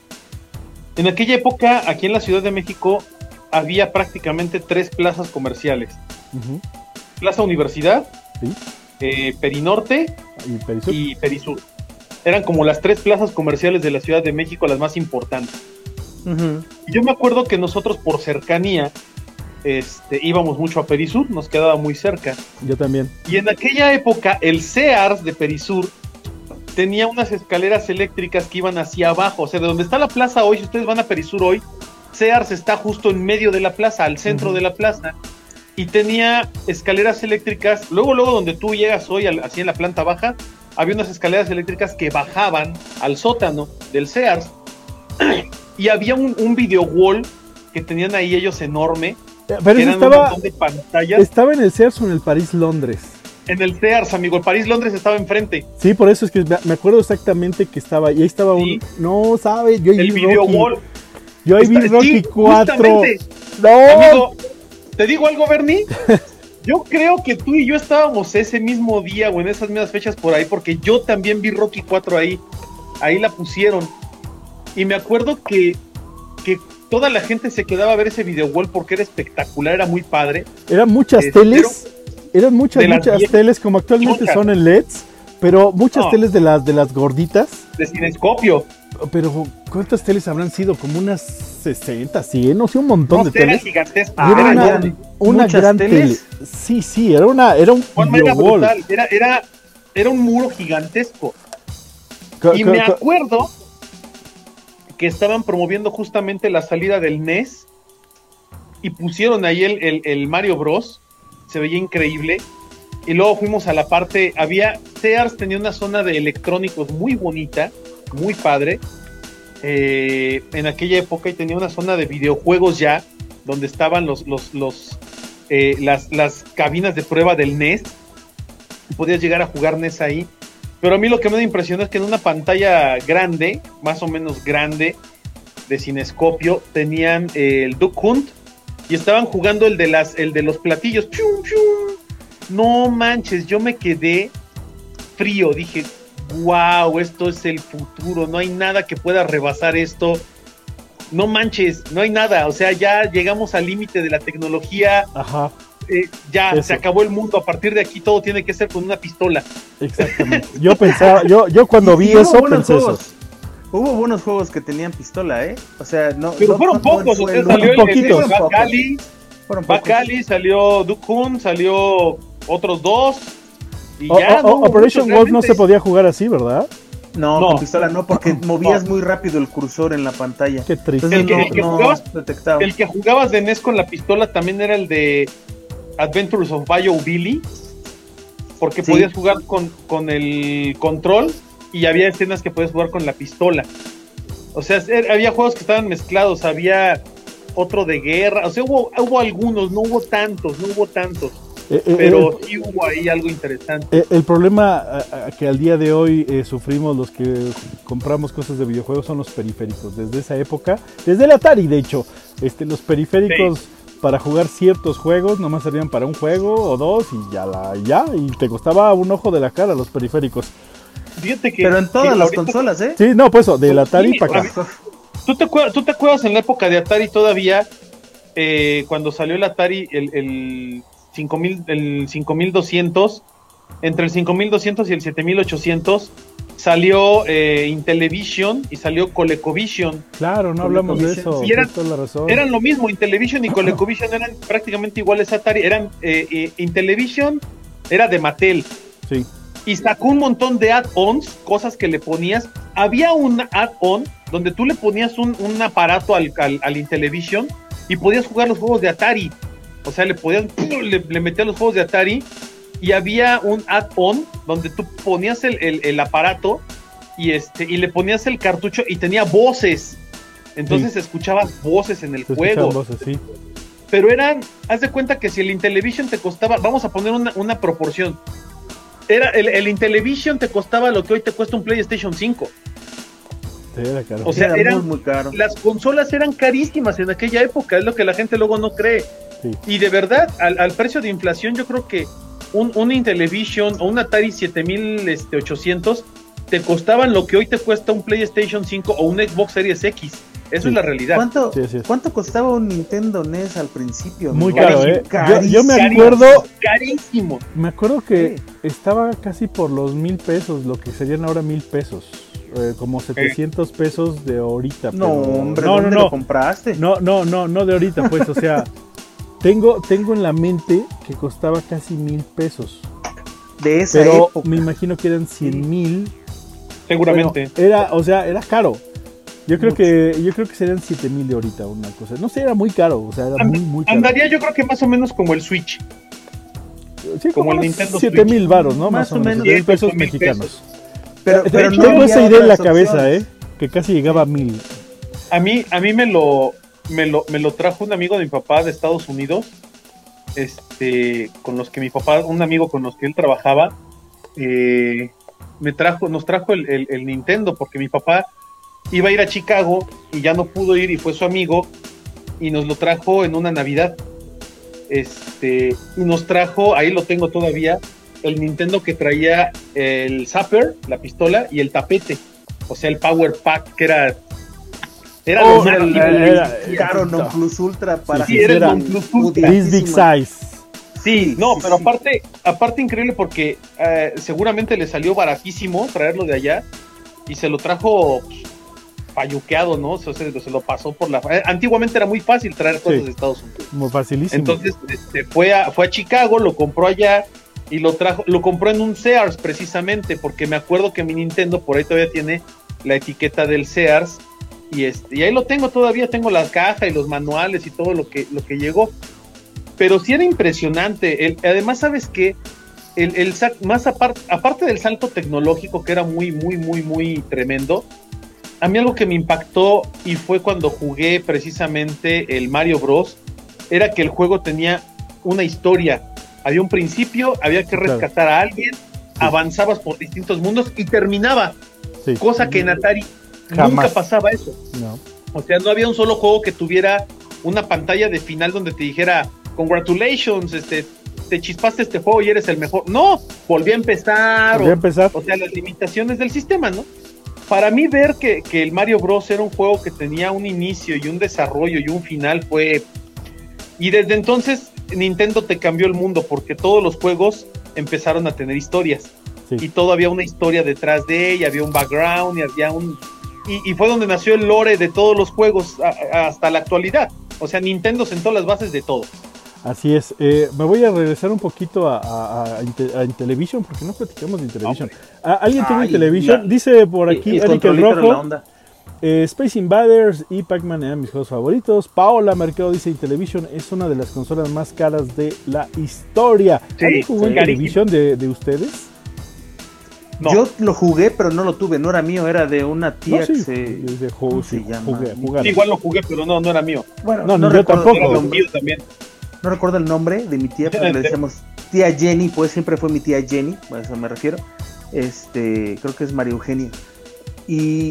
En aquella época, aquí en la Ciudad de México, había prácticamente tres plazas comerciales. Uh-huh. Plaza Universidad, ¿sí? eh, Perinorte ¿Y Perisur? y Perisur. Eran como las tres plazas comerciales de la Ciudad de México, las más importantes. Uh-huh. Y yo me acuerdo que nosotros, por cercanía, este, íbamos mucho a Perisur, nos quedaba muy cerca. Yo también. Y en aquella época, el Sears de Perisur tenía unas escaleras eléctricas que iban hacia abajo, o sea, de donde está la plaza hoy, si ustedes van a Perisur hoy, Sears está justo en medio de la plaza, al centro uh-huh. de la plaza, y tenía escaleras eléctricas, luego, luego donde tú llegas hoy, así en la planta baja, había unas escaleras eléctricas que bajaban al sótano del Sears, y había un, un video wall que tenían ahí ellos enorme, pero eso estaba, un montón de pantallas. ¿Estaba en el Sears o en el París Londres? En el Sears, amigo, el París Londres estaba enfrente. Sí, por eso es que me acuerdo exactamente que estaba, y ahí estaba sí. un, no, ¿sabes? Yo ahí el vi video Rocky, wall. yo ahí Está, vi Rocky sí, cuatro. No. Amigo, ¿te digo algo, Bernie? Yo creo que tú y yo estábamos ese mismo día o en esas mismas fechas por ahí, porque yo también vi Rocky cuatro ahí, ahí la pusieron, y me acuerdo que, que toda la gente se quedaba a ver ese video wall porque era espectacular, era muy padre. Eran muchas eh, teles. Pero, Eran muchas, muchas diez, teles, como actualmente muchas. Son en L E Ds, pero muchas no. teles de las de las gorditas. De cinescopio. Pero, ¿cuántas teles habrán sido? Como unas sesenta, cien, o sea, un montón no, de teles. Gigantesca. Ah, era una, una, una gran teles. tele. Sí, sí, era una, era un era, brutal. era Era, era un muro gigantesco. Co- y co- me acuerdo que estaban promoviendo justamente la salida del N E S y pusieron ahí el, el, el Mario Bros. Se veía increíble, y luego fuimos a la parte, había, Sears tenía una zona de electrónicos muy bonita, muy padre, eh, en aquella época, y tenía una zona de videojuegos ya, donde estaban los, los, los, eh, las, las cabinas de prueba del N E S, podías llegar a jugar N E S ahí, pero a mí lo que me impresionó es que en una pantalla grande, más o menos grande, de cinescopio, tenían eh, el Duck Hunt, y estaban jugando el de las, el de los platillos. ¡Pium, pium! No manches, yo me quedé frío. Dije, wow, esto es el futuro. No hay nada que pueda rebasar esto. No manches, no hay nada. O sea, ya llegamos al límite de la tecnología. Ajá. Eh, ya Eso. Se acabó el mundo. A partir de aquí todo tiene que ser con una pistola. Exactamente. Yo pensaba, yo, yo cuando vi eso pensé juegos. eso. Hubo buenos juegos que tenían pistola, ¿eh? O sea, no. Pero no, fueron no, pocos, no o sea, el, salió el, el, el Bacali, Bacali, salió Duck Hunt, salió otros dos. Y o, ya, o, no, Operation Wolf no se podía jugar así, ¿verdad? No, no, con pistola no, porque movías no. muy rápido el cursor en la pantalla. Qué triste. El que, no, el, que no jugabas, detectaba. el que jugabas de N E S con la pistola también era el de Adventures of Bio Billy, porque sí. podías jugar con, con el control y había escenas que podías jugar con la pistola. O sea, había juegos que estaban mezclados, había otro de guerra, o sea, hubo, hubo algunos, no hubo tantos, no hubo tantos, eh, eh, pero eh, sí hubo ahí algo interesante. Eh, el problema a, a que al día de hoy eh, sufrimos los que compramos cosas de videojuegos son los periféricos. Desde esa época, desde el Atari de hecho, este, los periféricos... Sí. para jugar ciertos juegos, nomás servían para un juego o dos y ya, la, ya, y te costaba un ojo de la cara los periféricos. Fíjate que, pero en todas que las ahorita, consolas, ¿eh? Sí, no, pues del Atari sí, para acá. ¿Tú te, acuerdas, ¿Tú te acuerdas en la época de Atari todavía, eh, cuando salió el Atari, el, el, cinco mil, el cinco mil doscientos, entre el cinco mil doscientos y el siete mil ochocientos, salió eh, Intellivision y salió ColecoVision? Claro, no hablamos de eso. Y eran, toda la razón. eran lo mismo, Intellivision y ColecoVision eran prácticamente iguales a Atari. Eran, eh, eh, Intellivision era de Mattel. Sí. Y sacó un montón de add-ons, cosas que le ponías. Había un add-on donde tú le ponías un, un aparato al, al, al Intellivision y podías jugar los juegos de Atari. O sea, le podías, le, le metías los juegos de Atari. Y había un add-on donde tú ponías el, el, el aparato y este y le ponías el cartucho y tenía voces. Entonces sí. escuchabas voces en el Se juego. Voces, sí. Pero eran, haz de cuenta que si el Intellivision te costaba, vamos a poner una, una proporción. Era el, el Intellivision te costaba lo que hoy te cuesta un PlayStation cinco. Era caro. O sea, era eran, muy, muy caro. Las consolas eran carísimas en aquella época, es lo que la gente luego no cree. Sí. Y de verdad, al, al precio de inflación, yo creo que un, un Intellivision o un Atari siete mil ochocientos te costaban lo que hoy te cuesta un PlayStation cinco o un Xbox Series X. Eso sí. es la realidad. ¿Cuánto, sí, sí. ¿Cuánto costaba un Nintendo N E S al principio? Muy amigo? caro, ¿eh? Carísimo. Yo, yo me acuerdo... Carísimo. Me acuerdo que sí. estaba casi por los mil pesos, lo que serían ahora mil pesos. Eh, como setecientos pesos de ahorita. No, pero... hombre, no, ¿dónde no, no. lo compraste? No, no, no, no de ahorita, pues, o sea... Tengo, tengo en la mente que costaba casi mil pesos. De esa pero época. me imagino que eran cien mil. Seguramente. Bueno, era, o sea, era caro. Yo creo Mucho. que, yo creo que serían siete mil de ahorita, una cosa. No sé, era muy caro, o sea, era And, muy, muy caro. Andaría yo creo que más o menos como el Switch. Sí, como, como el Nintendo siete mil varos, ¿no? Más, más o menos. diez pesos mil mexicanos. Pesos. Pero, pero no tengo esa idea en la cabeza, opciones. ¿eh? Que casi llegaba a mil. A mí, a mí me lo, me lo, me lo trajo un amigo de mi papá de Estados Unidos. Este, con los que mi papá, un amigo con los que él trabajaba, eh, me trajo, nos trajo el, el, el Nintendo, porque mi papá iba a ir a Chicago y ya no pudo ir y fue su amigo y nos lo trajo en una Navidad. Este, y nos trajo, ahí lo tengo todavía, el Nintendo que traía el zapper, la pistola y el tapete, o sea, el Power Pack, que era Era, oh, era, era, era, era caro non plus ultra para sí, sí, era non plus ultra. This big size. Sí, no, pero aparte, aparte increíble porque eh, seguramente le salió baratísimo traerlo de allá y se lo trajo payuqueado, ¿no? O sea, se, se lo pasó por la... Eh, antiguamente era muy fácil traer cosas sí, de Estados Unidos. Muy facilísimo. Entonces este, fue, a, fue a Chicago, lo compró allá y lo trajo, lo compró en un Sears precisamente, porque me acuerdo que mi Nintendo por ahí todavía tiene la etiqueta del Sears. Y, este, y ahí lo tengo todavía, tengo la caja y los manuales y todo lo que, lo que llegó. Pero sí era impresionante. El, además, ¿sabes qué? El, el, más aparte, aparte del salto tecnológico, que era muy, muy, muy, muy tremendo, a mí algo que me impactó y fue cuando jugué precisamente el Mario Bros, era que el juego tenía una historia. Había un principio, había que rescatar a alguien, sí. avanzabas por distintos mundos y terminaba. Sí. Cosa que en Atari Jamás. Nunca pasaba eso. No. O sea, no había un solo juego que tuviera una pantalla de final donde te dijera congratulations, este, te chispaste este juego y eres el mejor. No, volví a empezar. Volví o, a empezar. O sea, las limitaciones del sistema, ¿no? Para mí ver que, que el Mario Bros era un juego que tenía un inicio y un desarrollo y un final fue... Y desde entonces Nintendo te cambió el mundo porque todos los juegos empezaron a tener historias. Sí. Y todo había una historia detrás de ella, había un background y había un... Y, y fue donde nació el lore de todos los juegos a, a, hasta la actualidad. O sea, Nintendo sentó las bases de todo. Así es. Eh, me voy a regresar un poquito a, a, a, a Intellivision, porque no platicamos de Intellivision. Okay. ¿Alguien tiene Intellivision? La, Dice por aquí Eric el Rojo. Eh, Space Invaders y Pac-Man eran mis juegos favoritos. Paola Mercado dice Intellivision es una de las consolas más caras de la historia. Sí, ¿alguien jugó sí, Intellivision de, de ustedes? No. Yo lo jugué, pero no lo tuve, no era mío, era de una tía no, sí, que se... De juego, sí, se llama? Jugué, sí, igual lo jugué, pero no, no era mío. Bueno, no, no yo tampoco. Era mío también. No recuerdo el nombre de mi tía, pero le decíamos tía Jenny, pues siempre fue mi tía Jenny, a eso me refiero. Este, creo que es María Eugenia. Y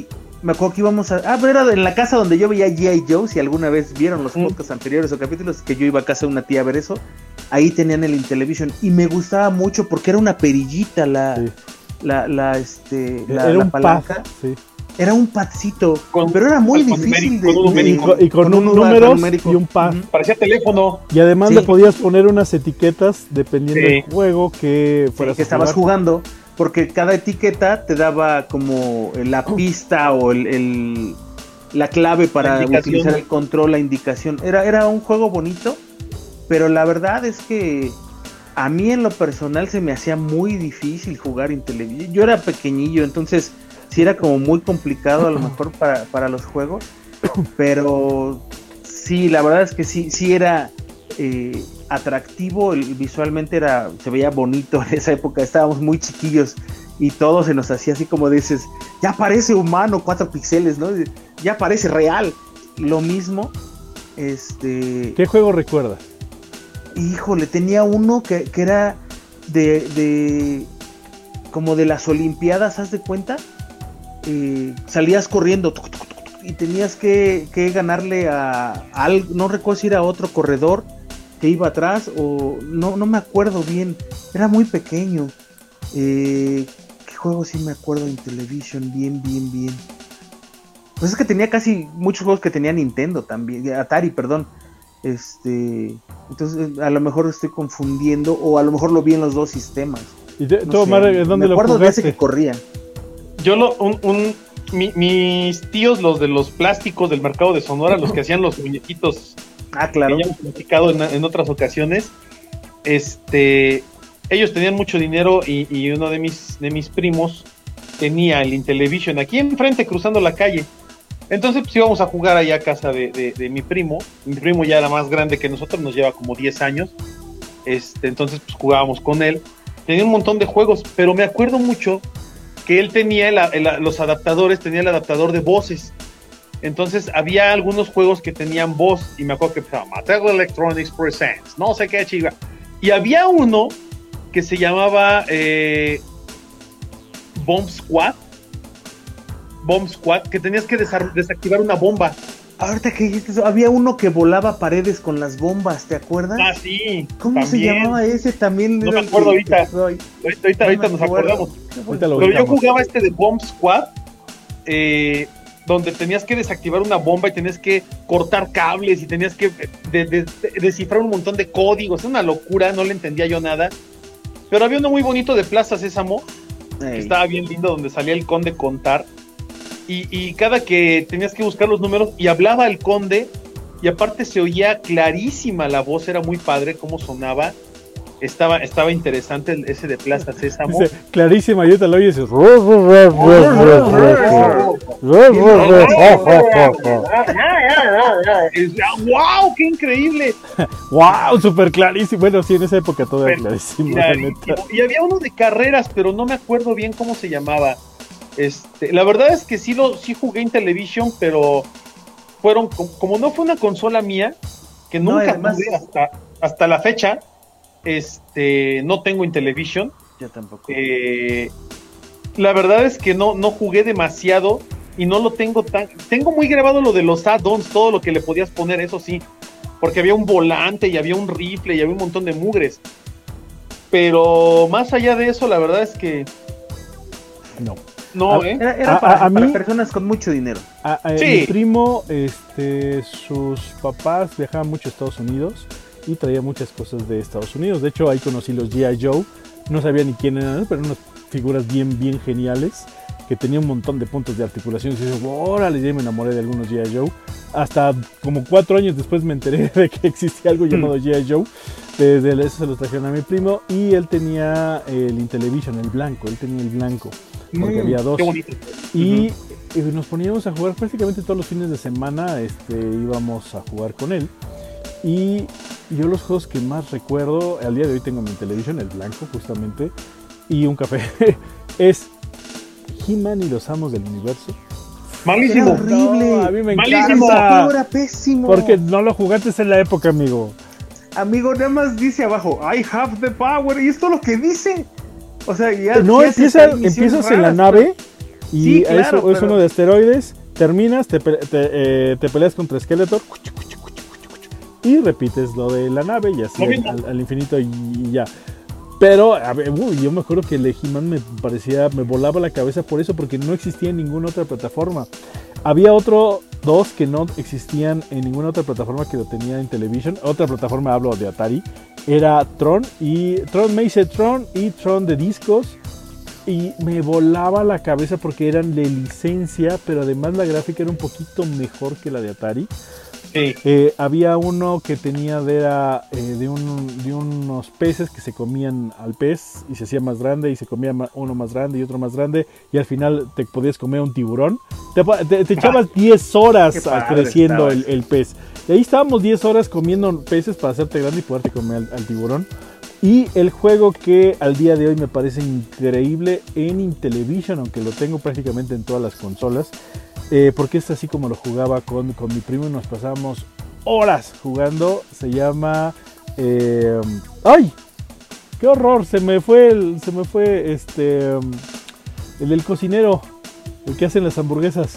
me acuerdo que íbamos a... Ah, pero era en la casa donde yo veía G I. Joe, si alguna vez vieron los podcasts mm. anteriores o capítulos, que yo iba a casa de una tía a ver eso, ahí tenían el Intellivision, y me gustaba mucho porque era una perillita la, sí. la, la, este, la, era la un palanca. pad, sí. Era un padcito, con, pero era muy difícil de, con de, y con, y con, con un números numérico. Y un pad. Uh-huh. Parecía teléfono. Y además sí. le podías poner unas etiquetas dependiendo sí. del juego que fueras sí, que estabas jugando, porque cada etiqueta te daba como la pista o el, el la clave para la utilizar el control, la indicación. Era, era un juego bonito, pero la verdad es que a mí en lo personal se me hacía muy difícil jugar Intellivision. Yo era pequeñillo, entonces sí era como muy complicado a lo mejor para, para los juegos, pero sí, la verdad es que sí, sí era eh, atractivo, el, visualmente era, se veía bonito en esa época, estábamos muy chiquillos y todo se nos hacía así como dices, ya parece humano, cuatro píxeles, ¿no? Ya parece real. Lo mismo, este... ¿Qué juego recuerdas? Híjole, tenía uno que, que era de, de... como de las Olimpiadas, ¿haz de cuenta? Eh, salías corriendo tuc, tuc, tuc, y tenías que, que ganarle a, a no recuerdo si era otro corredor que iba atrás o no, no me acuerdo bien, era muy pequeño. Eh, ¿qué juego sí me acuerdo en Intellivision? Bien, bien, bien. Pues es que tenía casi muchos juegos que tenía Nintendo también, Atari, perdón. Este, entonces a lo mejor estoy confundiendo o a lo mejor lo vi en los dos sistemas. ¿Y te, no sé, ¿dónde me acuerdo de ese que corría? Yo lo, un, un mi, mis tíos, los de los plásticos del mercado de Sonora, los que hacían los muñequitos, ah, claro, que ya hemos platicado en, en otras ocasiones, este, ellos tenían mucho dinero y, y uno de mis, de mis primos tenía el Intellivision aquí enfrente, cruzando la calle. Entonces pues íbamos a jugar allá a casa de, de, de mi primo. Mi primo ya era más grande que nosotros, nos lleva como diez años. Este, entonces pues jugábamos con él. Tenía un montón de juegos, pero me acuerdo mucho que él tenía el, el, los adaptadores, tenía el adaptador de voces. Entonces había algunos juegos que tenían voz, y me acuerdo que empezaba Mattel Electronics Presents, no sé qué chiva. Y había uno que se llamaba eh, Bomb Squad, Bomb Squad, que tenías que desar- desactivar una bomba. Ahorita que dijiste eso, había uno que volaba paredes con las bombas, ¿te acuerdas? Ah, sí. ¿Cómo también se llamaba ese? También no me acuerdo ahorita. Ahorita, ahorita, ahorita nos acordamos. Pero yo jugaba este de Bomb Squad, eh, donde tenías que desactivar una bomba y tenías que cortar cables y tenías que de, de, de, descifrar un montón de códigos. Es una locura, no le entendía yo nada. Pero había uno muy bonito de Plaza Sésamo, que estaba bien lindo, donde salía el conde contar. Y, y cada que tenías que buscar los números y hablaba el conde, y aparte se oía clarísima la voz, era muy padre cómo sonaba. Estaba, estaba interesante ese de Plaza Sésamo. Dice, clarísima, y te lo oyes. ¡Wow! ¡Qué increíble! ¡Wow! Súper clarísimo. Bueno, sí, en esa época todo era clarísimo. clarísimo. Y había uno de carreras, pero no me acuerdo bien cómo se llamaba. Este, la verdad es que sí, lo, sí jugué en Intellivision, pero fueron, como no fue una consola mía, que nunca no, además, tuve hasta, hasta la fecha, este, no tengo Intellivision. Yo tampoco. Eh, la verdad es que no, no jugué demasiado y no lo tengo tan... Tengo muy grabado lo de los add-ons, todo lo que le podías poner, eso sí, porque había un volante y había un rifle y había un montón de mugres. Pero más allá de eso, la verdad es que... No. No, a, ¿eh? Era, era a, para, a, a para mí, personas con mucho dinero. A, a, sí. Mi primo, este, sus papás viajaban mucho a Estados Unidos y traía muchas cosas de Estados Unidos. De hecho, ahí conocí los G I. Joe. No sabía ni quién eran, pero unas figuras bien, bien geniales que tenían un montón de puntos de articulación. Y dije, órale, ya me enamoré de algunos G I. Joe. Hasta como cuatro años después me enteré de que existía algo llamado G I. Joe. Desde eso se lo trajeron a mi primo y él tenía el Intellivision, el blanco. Él tenía el blanco. Porque mm, había dos. Qué bonito. Y uh-huh. nos poníamos a jugar prácticamente todos los fines de semana, este, íbamos a jugar con él. Y yo los juegos que más recuerdo, al día de hoy tengo mi Intellivision, el blanco justamente, y un café, es He-Man y los Amos del Universo. Malísimo. Era horrible. No, a mí me Malísimo. encanta. Era pésimo. Porque no lo jugaste en la época, amigo. Amigo, nada más dice abajo, I have the power, y esto es lo que dice. O sea, ya no, empieza, empiezas raras, en la nave Y sí, claro, eso pero... es uno de asteroides, terminas, te, te, eh, te peleas contra Skeletor y repites lo de la nave y así al, al infinito y, y ya. Pero, a ver, uy, yo me acuerdo que el He-Man me parecía, me volaba la cabeza por eso, porque no existía en ninguna otra plataforma. Había otro, dos que no existían en ninguna otra plataforma que lo tenía en Television. Otra plataforma, hablo de Atari, era Tron y Tron Maze Tron y Tron de discos. Y me volaba la cabeza porque eran de licencia, pero además la gráfica era un poquito mejor que la de Atari. Sí. Eh, había uno que tenía de, era, eh, de, un, de unos peces que se comían al pez y se hacía más grande y se comía uno más grande y otro más grande y al final te podías comer un tiburón. Te, te, te echabas diez horas creciendo el, el pez. Y ahí estábamos diez horas comiendo peces para hacerte grande y poderte comer al, al tiburón. Y el juego que al día de hoy me parece increíble en Intellivision, aunque lo tengo prácticamente en todas las consolas, eh, porque es así como lo jugaba con, con mi primo y nos pasábamos horas jugando, se llama... Eh, ¡Ay! ¡Qué horror! Se me fue el, se me fue este el del cocinero, el que hacen las hamburguesas.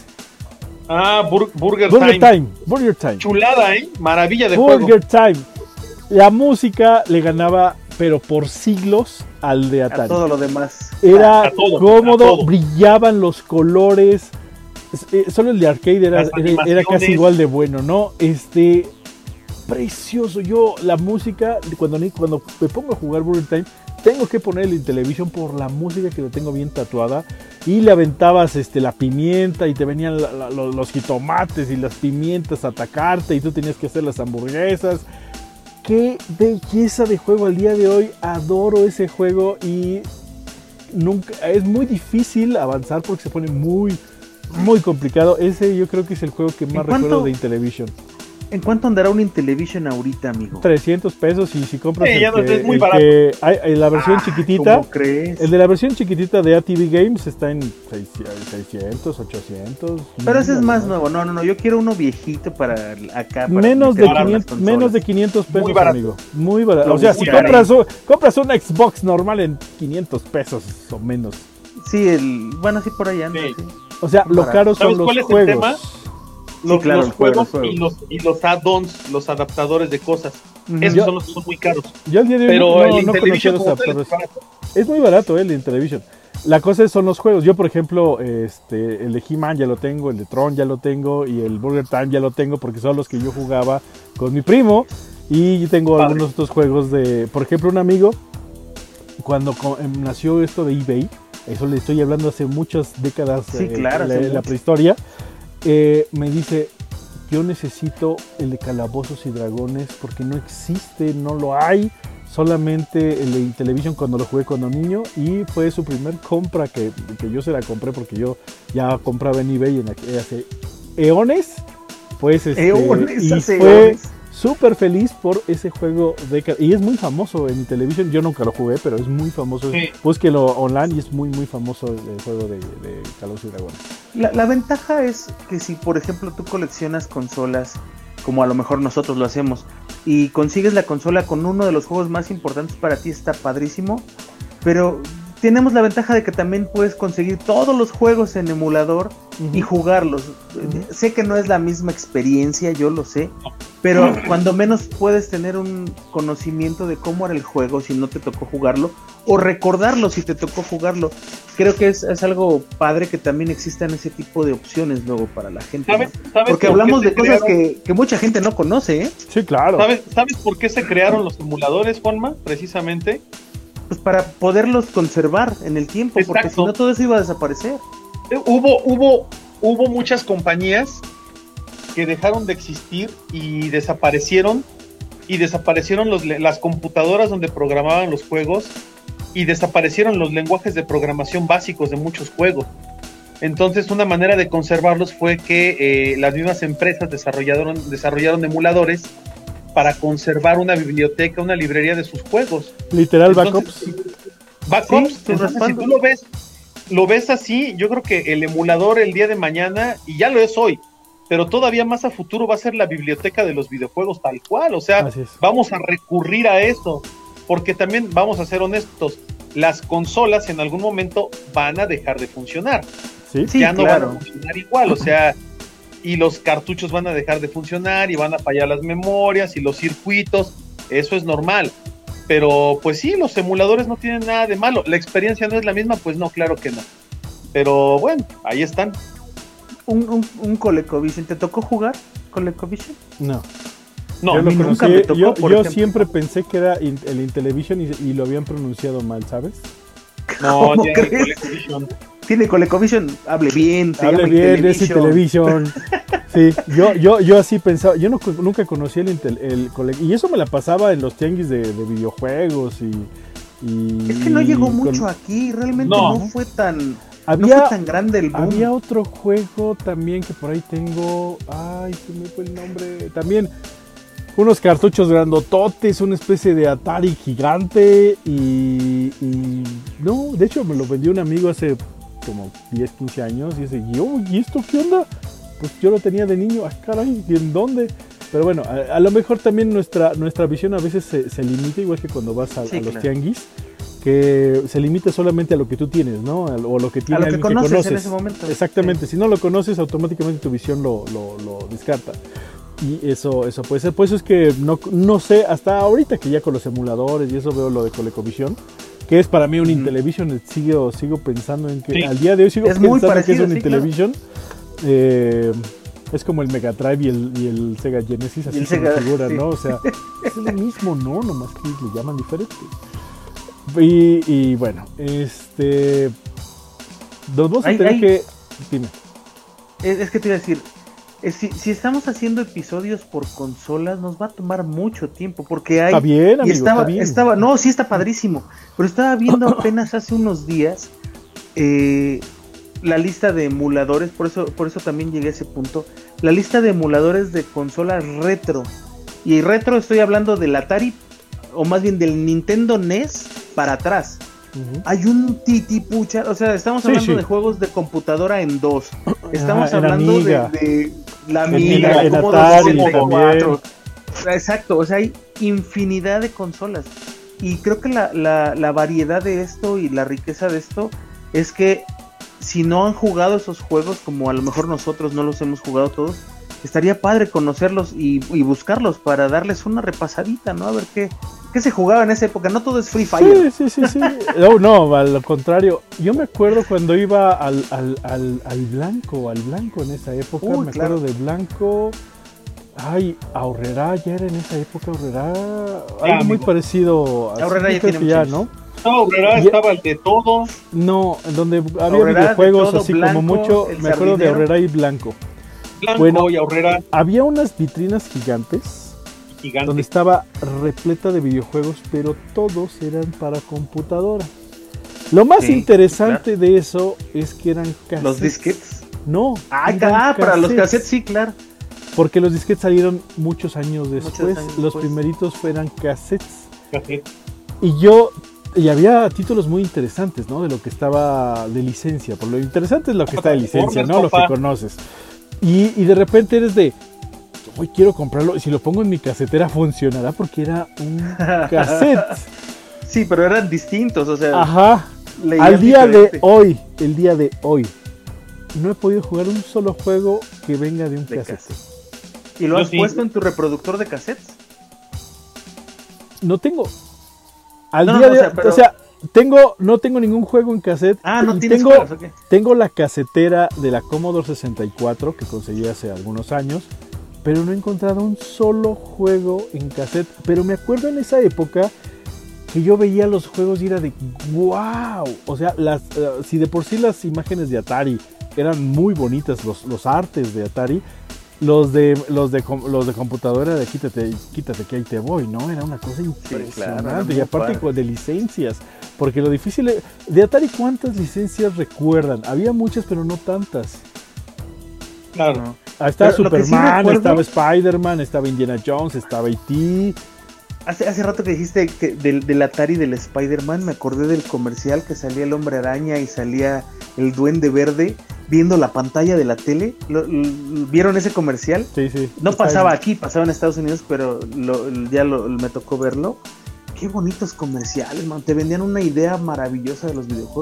Ah, bur Burger, Burger Time. Time. Burger Time. Chulada, ¿eh? Maravilla de Burger juego. Burger Time. La música le ganaba, pero por siglos, al de Atari. A todo lo demás. Era todo, cómodo, brillaban los colores. Eh, solo el de arcade era, era, era casi igual de bueno, ¿no? Este, precioso. Yo, la música, cuando, cuando me pongo a jugar Burger Time, tengo que ponerle en televisión por la música que lo tengo bien tatuada. Y le aventabas este, la pimienta y te venían la, la, los, los jitomates y las pimientas a atacarte y tú tenías que hacer las hamburguesas. Qué belleza de juego al día de hoy, adoro ese juego y nunca, es muy difícil avanzar porque se pone muy, muy complicado. Ese yo creo que es el juego que más recuerdo de Intellivision. ¿En cuánto andará un Intellivision ahorita, amigo? trescientos pesos y si compras sí, el, ya que, no, es muy el barato. que hay, hay la versión ah, chiquitita, ¿cómo crees? El de la versión chiquitita de A T V Games está en seiscientos, ochocientos. Pero ese es más ¿no? nuevo, no, no, no, yo quiero uno viejito para acá. Para menos, de quinientos, menos de quinientos pesos, muy amigo. Muy barato. Lo o sea, si compras, compras un Xbox normal en quinientos pesos o menos. Sí, el, bueno, sí por ahí anda. Sí. Sí. O sea, lo caro son los juegos. Los, sí, claro, los juegos juego, y los, y los add-ons, los adaptadores de cosas. Uh-huh. Esos yo, son los que son muy caros. Yo al día de hoy Pero no, el no conocía los adaptadores. Es, es muy barato el Intellivision. La cosa es, son los juegos. Yo, por ejemplo, este, el de He-Man ya lo tengo, el de Tron ya lo tengo y el Burger Time ya lo tengo porque son los que yo jugaba con mi primo. Y tengo Padre. algunos otros juegos de, por ejemplo, un amigo, cuando nació esto de eBay, eso le estoy hablando hace muchas décadas, sí, eh, claro, la, la prehistoria. Eh, me dice, yo necesito el de Calabozos y Dragones porque no existe, no lo hay, solamente el de Intellivision cuando lo jugué cuando niño y fue su primer compra que, que yo se la compré porque yo ya compraba en eBay en la, hace eones, pues este, eones, y hace fue eones. Súper feliz por ese juego de, y es muy famoso en Intellivision. Yo nunca lo jugué, pero es muy famoso. Sí. Búsquelo online y es muy muy famoso el juego de, de Calabozos y Dragones. La, la ventaja es que si por ejemplo tú coleccionas consolas, como a lo mejor nosotros lo hacemos, y consigues la consola con uno de los juegos más importantes para ti, está padrísimo. Pero tenemos la ventaja de que también puedes conseguir todos los juegos en emulador uh-huh. y jugarlos. Uh-huh. Sé que no es la misma experiencia, yo lo sé, pero uh-huh. cuando menos puedes tener un conocimiento de cómo era el juego si no te tocó jugarlo, o recordarlo si te tocó jugarlo. Creo que es, es algo padre que también existan ese tipo de opciones luego para la gente. ¿Sabes, ¿no? ¿sabes Porque hablamos de cosas crearon... que, que mucha gente no conoce, ¿eh? Sí, claro. ¿Sabes, ¿Sabes por qué se crearon los emuladores, Juanma? Precisamente. Pues para poderlos conservar en el tiempo, Exacto. porque si no todo eso iba a desaparecer. Hubo, hubo, hubo muchas compañías que dejaron de existir y desaparecieron, y desaparecieron los, las computadoras donde programaban los juegos, y desaparecieron los lenguajes de programación básicos de muchos juegos. Entonces una manera de conservarlos fue que eh, las mismas empresas desarrollaron, desarrollaron emuladores para conservar una biblioteca, una librería de sus juegos. Literal, backups. Backups, sí, entonces si tú lo ves, lo ves así, yo creo que el emulador el día de mañana, y ya lo es hoy, pero todavía más a futuro va a ser la biblioteca de los videojuegos tal cual, o sea, vamos a recurrir a eso, porque también, vamos a ser honestos, las consolas en algún momento van a dejar de funcionar. ¿Sí? ya Sí, no claro. van a funcionar igual, o sea, y los cartuchos van a dejar de funcionar y van a fallar las memorias y los circuitos, eso es normal. Pero pues sí, los emuladores no tienen nada de malo. ¿La experiencia no es la misma? Pues no, claro que no. Pero bueno, ahí están. Un, un, un ColecoVision, ¿te tocó jugar ColecoVision? No. No, yo a mí lo nunca conocí, me tocó, yo, por yo ejemplo. siempre pensé que era in- el Intellivision y, y lo habían pronunciado mal, ¿sabes? no, ¿Cómo ya crees? ColecoVision. Tiene ColecoVision, hable bien, se Hable llama bien, es Intellivision. Intellivision. Sí, yo, yo, yo así pensaba, yo no, nunca conocí el, Intel, el cole, y eso me la pasaba en los tianguis de, de videojuegos y, y... Es que no llegó con- mucho aquí, realmente No. no, fue tan Había, no fue tan grande el boom. había otro juego también que por ahí tengo, ay, se me fue el nombre, también unos cartuchos grandototes, una especie de Atari gigante y, y no, de hecho me lo vendió un amigo hace como diez, quince años y dice, yo, ¿y esto qué onda? Pues yo lo tenía de niño, ah, caray, ¿y en dónde? Pero bueno, a, a lo mejor también nuestra, nuestra visión a veces se, se limita, igual que cuando vas a, Sí, a los claro. tianguis, que se limita solamente a lo que tú tienes, ¿no? O lo que tiene A lo que alguien conoces, que conoces. en ese momento. Exactamente, Sí. si no lo conoces, automáticamente tu visión lo, lo, lo descarta. Y eso, eso puede ser. Por eso es que no, no sé, hasta ahorita que ya con los emuladores y eso veo lo de ColecoVision, que es para mí un Ujú. Intellivision, sigo, sigo pensando en que Sí. al día de hoy sigo Es muy pensando parecido, que es un sí, Intellivision. Eh, es como el Mega Drive y el, y el Sega Genesis, así el se me Sega, figura, sí. ¿no? O sea, es lo mismo, ¿no? Nomás que le llaman diferente. Y, y bueno, este... Nos vamos a Hay- tener hay- que... Dime. Es, es que te iba a decir, es si, si estamos haciendo episodios por consolas, nos va a tomar mucho tiempo, porque hay... Está bien, amigo, y estaba, está bien. estaba, no, sí está padrísimo, pero estaba viendo apenas hace unos días eh, la lista de emuladores, por eso, por eso también llegué a ese punto, la lista de emuladores de consolas retro, y retro estoy hablando del Atari, o más bien del Nintendo N E S para atrás. Ujú. Hay un titipucha, o sea, estamos Sí, hablando sí. de juegos de computadora en dos. Estamos Ah, en hablando de, Amiga. de la En Amiga, Amiga, el en Commodore Atari sesenta y cuatro. también. Exacto, o sea, hay infinidad de consolas. Y creo que la, la, la variedad de esto y la riqueza de esto es que si no han jugado esos juegos, como a lo mejor nosotros no los hemos jugado todos, estaría padre conocerlos y, y buscarlos para darles una repasadita, ¿no? A ver qué, qué se jugaba en esa época. No todo es Free Fire. Sí, sí, sí, sí. No, no, al contrario. Yo me acuerdo cuando iba al, al, al, al Blanco, al Blanco en esa época. Uy, me claro. acuerdo de Blanco. Ay, Aurrera ya era en esa época, Aurrera. Algo Ah, muy amigo. parecido. a- Aurrera sí, ya creo tiene que ya, muchos ¿no? No, Obrera Ya- estaba el de todo. No, en donde había Aurrera, de videojuegos todo, así Blanco, como mucho. el Me acuerdo de Sardinero. Aurrera y Blanco. Blanco Bueno. y Aurrera Había unas vitrinas gigantes gigante. donde estaba repleta de videojuegos, pero todos eran para computadora. Lo más Sí, interesante de eso es que eran cassettes. Los disquetes. No. Ah, eran ah, para los cassettes. cassettes, sí, claro. Porque los disquetes salieron muchos años Muchos después. años Los después. primeritos fueran cassettes. Café. Y yo, y había títulos muy interesantes, ¿no? De lo que estaba de licencia. Por lo interesante es lo que está de licencia, ¿no? Lo que Papá. conoces. Y, y de repente eres de, hoy quiero comprarlo. Y si lo pongo en mi casetera, funcionará porque era un cassette. Sí, pero eran distintos, o sea, Ajá. leían Al día diferente. de hoy, el día de hoy, no he podido jugar un solo juego que venga de un De cassette. cassette. ¿Y lo Yo has sí. puesto en tu reproductor de cassettes? No tengo. Al No, día no, de o sea, pero- o sea, tengo, no tengo ningún juego en cassette. Ah, no y tienes tengo, juegos, ok. tengo la casetera de la Commodore sesenta y cuatro que conseguí hace algunos años, pero no he encontrado un solo juego en cassette. Pero me acuerdo en esa época que yo veía los juegos y era de wow. O sea, las, uh, si de por sí las imágenes de Atari eran muy bonitas, los, los artes de Atari, los de los de com- los de computadora de quítate, quítate que ahí te voy, ¿no? Era una cosa impresionante. claro, era muy y aparte padre. con- de licencias, porque lo difícil es- de Atari, ¿cuántas licencias recuerdan? Había muchas, pero no tantas. Claro. No. Ah, estaba Pero lo que sí Superman, recuerdo- estaba Spider-Man, estaba Indiana Jones, estaba E T Hace, hace rato que dijiste que del, del Atari del Spider-Man, me acordé del comercial que salía el Hombre Araña y salía el Duende Verde viendo la pantalla de la tele. ¿Lo- lo- ¿Vieron ese comercial? Sí, sí. No Está pasaba bien. aquí, pasaba en Estados Unidos, pero lo- ya lo- me tocó verlo. Qué bonitos comerciales, man. Te vendían una idea maravillosa de los videojuegos.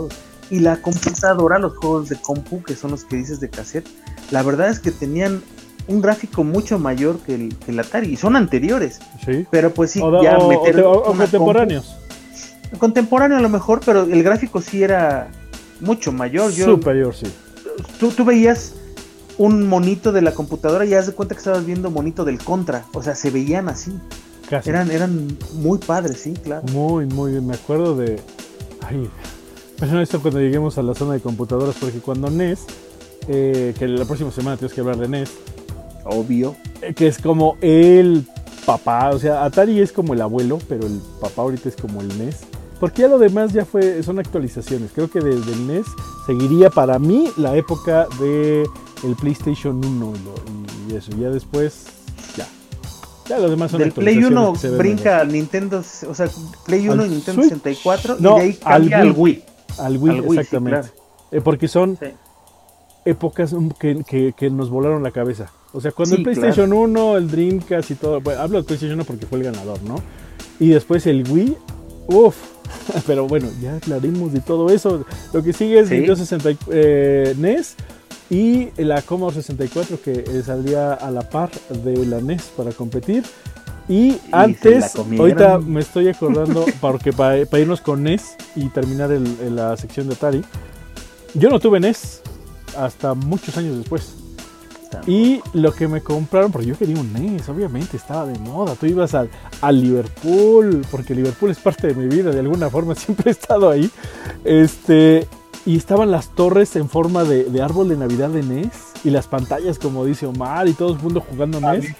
Y la computadora, los juegos de compu, que son los que dices de cassette, la verdad es que tenían un gráfico mucho mayor que el, que el Atari, y son anteriores. Sí. Pero pues sí, o, ya o, meter o, o contemporáneos. Compu, contemporáneo a lo mejor, pero el gráfico sí era mucho mayor. Yo, Superior, sí. Tú, tú veías un monito de la computadora y ya das de cuenta que estabas viendo monito del Contra. O sea, se veían así. Casi. Eran, eran muy padres, sí, claro. Muy, muy bien. Me acuerdo de... Ay, bueno, esto cuando lleguemos a la zona de computadoras, porque cuando N E S, eh, que la próxima semana tienes que hablar de N E S. Obvio. Eh, que es como el papá, o sea, Atari es como el abuelo, pero el papá ahorita es como el N E S. Porque ya lo demás ya fue, son actualizaciones. Creo que desde el N E S seguiría para mí la época de el PlayStation uno y, lo, y eso. Ya después, ya. Ya los demás son del actualizaciones. Play uno brinca al Nintendo, o sea, Play uno y Nintendo Switch. sesenta y cuatro, No, y de ahí cambia al Wii. Al Wii, al Wii, exactamente. sí, claro. eh, porque son Sí. épocas que, que, que nos volaron la cabeza. O sea, cuando Sí, el PlayStation claro. uno, el Dreamcast y todo, bueno, hablo del PlayStation uno porque fue el ganador, ¿no? Y después el Wii, uff, pero bueno, ya hablaremos de todo eso. Lo que sigue es Sí. Nintendo sesenta, eh, N E S y la Commodore sesenta y cuatro que eh, salía a la par de la N E S para competir. Y, y antes, ahorita me estoy acordando, porque para, para irnos con N E S y terminar el, el, la sección de Atari, yo no tuve N E S hasta muchos años después. Y lo que me compraron, porque yo quería un N E S, obviamente estaba de moda. Tú ibas al, al Liverpool, porque Liverpool es parte de mi vida, de alguna forma siempre he estado ahí. Este, y estaban las torres en forma de, de árbol de Navidad de N E S, y las pantallas, como dice Omar, y todo el mundo jugando N E S.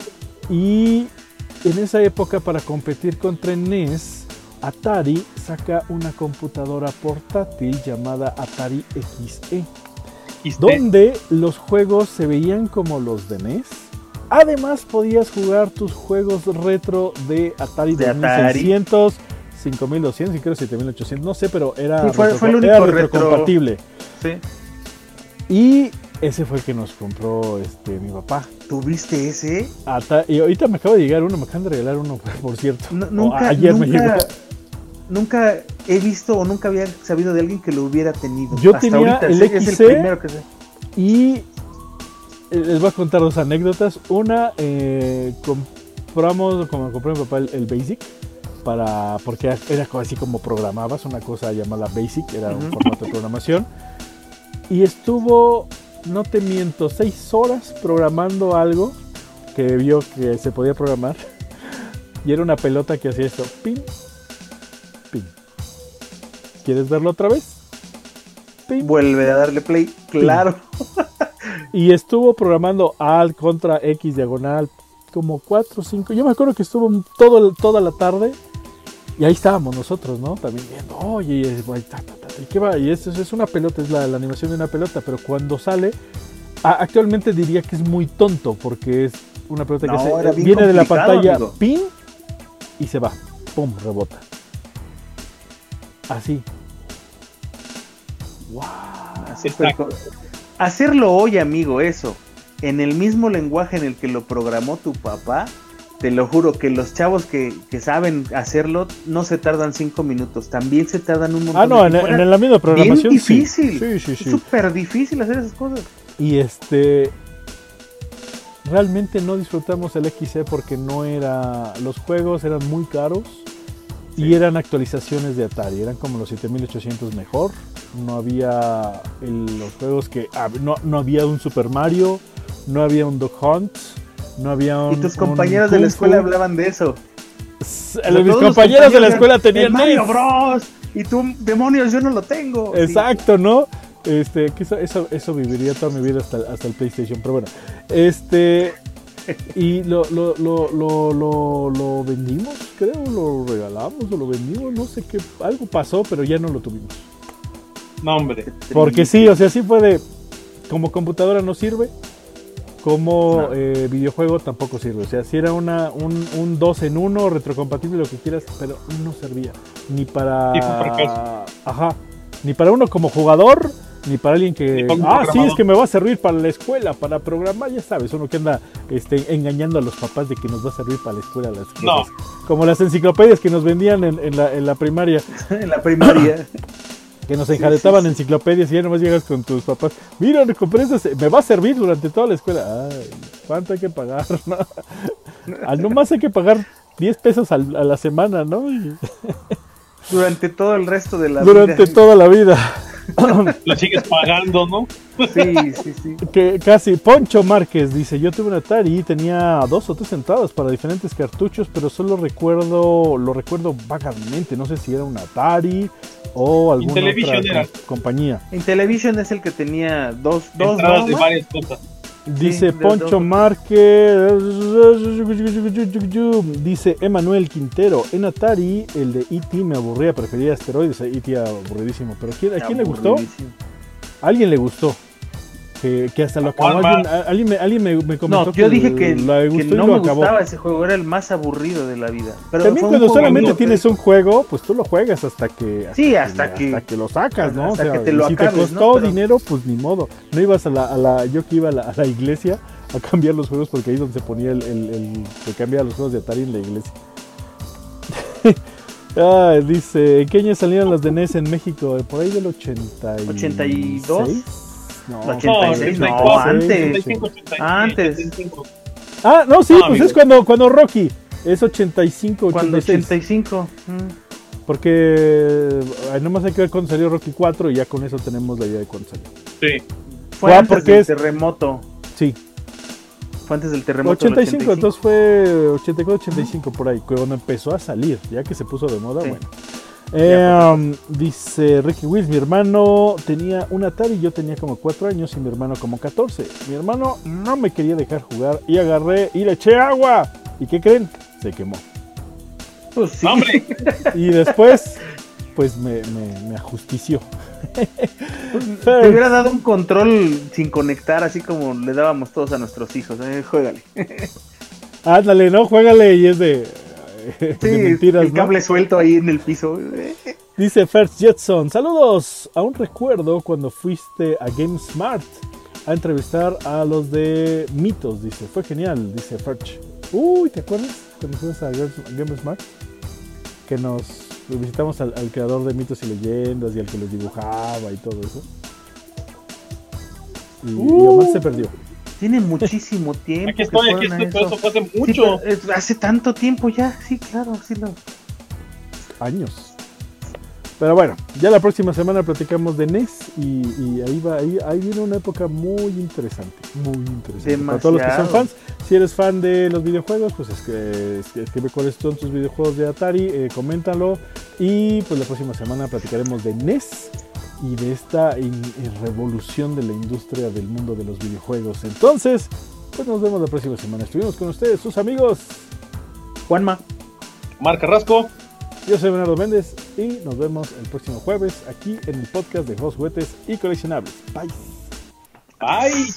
Y en esa época, para competir contra N E S, Atari saca una computadora portátil llamada Atari X E. Donde los juegos se veían como los de N E S. Además podías jugar tus juegos retro de Atari de dos mil seiscientos, cinco mil doscientos y creo siete mil ochocientos, no sé, pero era, sí, fue, retro, fue el único era retro retrocompatible. Sí. Y ese fue el que nos compró este, mi papá. ¿Tuviste ese? Atari, y ahorita me acaba de llegar uno, me acaban de regalar uno, por cierto. No, nunca, ayer nunca, me llegó. Nunca he visto o nunca había sabido de alguien que lo hubiera tenido. Yo Hasta tenía ahorita, el X E, es el primero que sé. Y les voy a contar dos anécdotas. Una, eh, compramos, como compré mi papá, el, el Basic, para, porque era así como programabas, una cosa llamada Basic, era un uh-huh. formato de programación. Y estuvo, no te miento, seis horas programando algo que vio que se podía programar. Y era una pelota que hacía esto, pin, pin. ¿Quieres verlo otra vez? Pin. Vuelve a darle play, claro. Y estuvo programando Alt contra X diagonal como cuatro o cinco. Yo me acuerdo que estuvo todo, toda la tarde. Y ahí estábamos nosotros, ¿no? También viendo, oye, ¿y qué va? Y eso es una pelota, es la, la animación de una pelota. Pero cuando sale, a, actualmente diría que es muy tonto, porque es una pelota no, que se, viene de la pantalla, amigo. Pin, y se va, pum, rebota. Así. Wow. Así hacerlo hoy, amigo, eso, en el mismo lenguaje en el que lo programó tu papá, te lo juro que los chavos que, que saben hacerlo no se tardan cinco minutos, también se tardan un montón. Ah, no, de en, en la misma programación. Bien difícil, sí, sí, sí, es súper difícil hacer esas cosas. Y este, realmente no disfrutamos el X E porque no era, los juegos eran muy caros. Sí. Y eran actualizaciones de Atari, eran como los siete mil ochocientos mejor. No había el, los juegos que... No, no había un Super Mario, no había un Duck Hunt, no había un... Y tus compañeros de la escuela hablaban de eso. S- o sea, mis compañeros de la escuela tenían Mario Bros. Y tú, demonios, yo no lo tengo. Exacto, sí. ¿No? Este, que eso, eso, eso viviría toda mi vida hasta, hasta el PlayStation, pero bueno. Este... Y lo, lo, lo, lo, lo, lo vendimos, creo, lo regalamos o lo vendimos, no sé qué, algo pasó, pero ya no lo tuvimos. No, hombre. Porque sí, o sea, sí fue de, como computadora no sirve, como no. eh, videojuego tampoco sirve. O sea, si era una, un, un dos en uno, retrocompatible, lo que quieras, pero no servía. Ni para... Sí, para ajá, ni para uno como jugador... Ni para alguien que... Ah, sí, es que me va a servir para la escuela, para programar, ya sabes, uno que anda este, engañando a los papás de que nos va a servir para la escuela las cosas. No. Como las enciclopedias que nos vendían en, en, la, en la primaria. En la primaria. Que nos enjaretaban sí, sí, sí. enciclopedias y ya nomás llegas con tus papás. Mira, me compré este, me va a servir durante toda la escuela. Ay, ¿cuánto hay que pagar? ¿No? Ah, nomás hay que pagar diez pesos al, a la semana, ¿no? Y... Durante todo el resto de la durante vida. Durante toda la vida. Lo sigues pagando, ¿no? Sí, sí, sí. Que casi. Poncho Márquez dice, yo tuve un Atari y tenía dos o tres entradas para diferentes cartuchos, pero solo recuerdo, lo recuerdo vagamente, no sé si era un Atari o alguna otra era. compañía. Intellivision es el que tenía dos, dos entradas ¿no? de varias cosas. Dice sí, Poncho dos. Márquez, dice Emanuel Quintero, en Atari el de E T me aburría, prefería Asteroides, E T aburridísimo, pero ¿a quién, ¿a quién le gustó? ¿A alguien le gustó? Que, que hasta lo acabó, alguien, alguien, me, alguien me, me comentó no, yo que dije que, le que no me gustaba ese juego, era el más aburrido de la vida. Pero también cuando solamente tienes un juego, pues tú lo juegas hasta que hasta sí, hasta que, que, hasta que lo sacas, ¿no? Hasta o sea, que te lo si acabes, te costó ¿no? Pero... dinero, pues ni modo. No ibas a la, a la yo que iba a la, a la iglesia a cambiar los juegos porque ahí es donde se ponía el, el, el que cambiaba los juegos de Atari en la iglesia. Ah, dice, ¿en qué año salieron los de N E S en México? Por ahí del ochenta y ochenta y dos. No, ochenta y seis, no, no antes. Antes. Ah, no, sí, no, pues amigo. Es cuando, cuando Rocky es ochenta y cinco, ochenta y seis. ochenta y cinco. Mm. Porque ay, nomás hay que ver cuándo salió Rocky cuatro y ya con eso tenemos la idea de cuándo salió. Sí. Fue ah, antes del es... terremoto. Sí. Fue antes del terremoto. ochenta y cinco, ochenta y cinco. Entonces fue ochenta y cuatro, ochenta y cinco por ahí, cuando empezó a salir, ya que se puso de moda, sí. Bueno. Eh, um, dice Ricky Wills, mi hermano tenía un Atari y yo tenía como cuatro años y mi hermano como catorce. Mi hermano no me quería dejar jugar y agarré y le eché agua. ¿Y qué creen? Se quemó. Pues sí. ¡Hombre! Y después, pues me, me, me ajustició. Te hubiera dado un control sin conectar, así como le dábamos todos a nuestros hijos. Eh, juégale. Ándale, ¿no? Juégale y es de... Sí, de mentiras, el cable ¿no? suelto ahí en el piso. Dice First Jetson, saludos. Aún recuerdo cuando fuiste a GameSmart a entrevistar a los de Mitos, dice, fue genial, dice First. Uy, ¿te acuerdas cuando fuimos a GameSmart? Que nos visitamos al, al creador de Mitos y Leyendas y al que los dibujaba y todo eso. Y, uh. y Omar se perdió. Tiene muchísimo tiempo. Aquí estoy, aquí estoy, eso. Eso fue hace mucho. Sí, hace tanto tiempo ya, sí, claro, sí lo. Años. Pero bueno, ya la próxima semana platicamos de N E S y, y ahí va, ahí, ahí viene una época muy interesante, muy interesante. Demasiado. Para todos los que son fans, si eres fan de los videojuegos, pues es que escribe cuáles son tus videojuegos de Atari, eh, coméntalo y pues la próxima semana platicaremos de N E S. Y de esta in, in revolución de la industria del mundo de los videojuegos. Entonces, pues nos vemos la próxima semana. Estuvimos con ustedes, sus amigos Juanma, Omar Carrasco. Yo soy Bernardo Méndez y nos vemos el próximo jueves aquí en el podcast de Juegos, Juguetes y Coleccionables. Bye. Bye.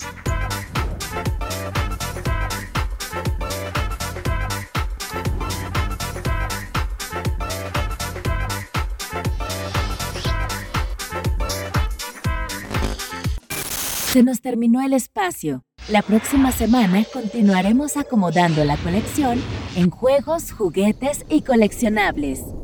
Se nos terminó el espacio. La próxima semana continuaremos acomodando la colección en juegos, juguetes y coleccionables.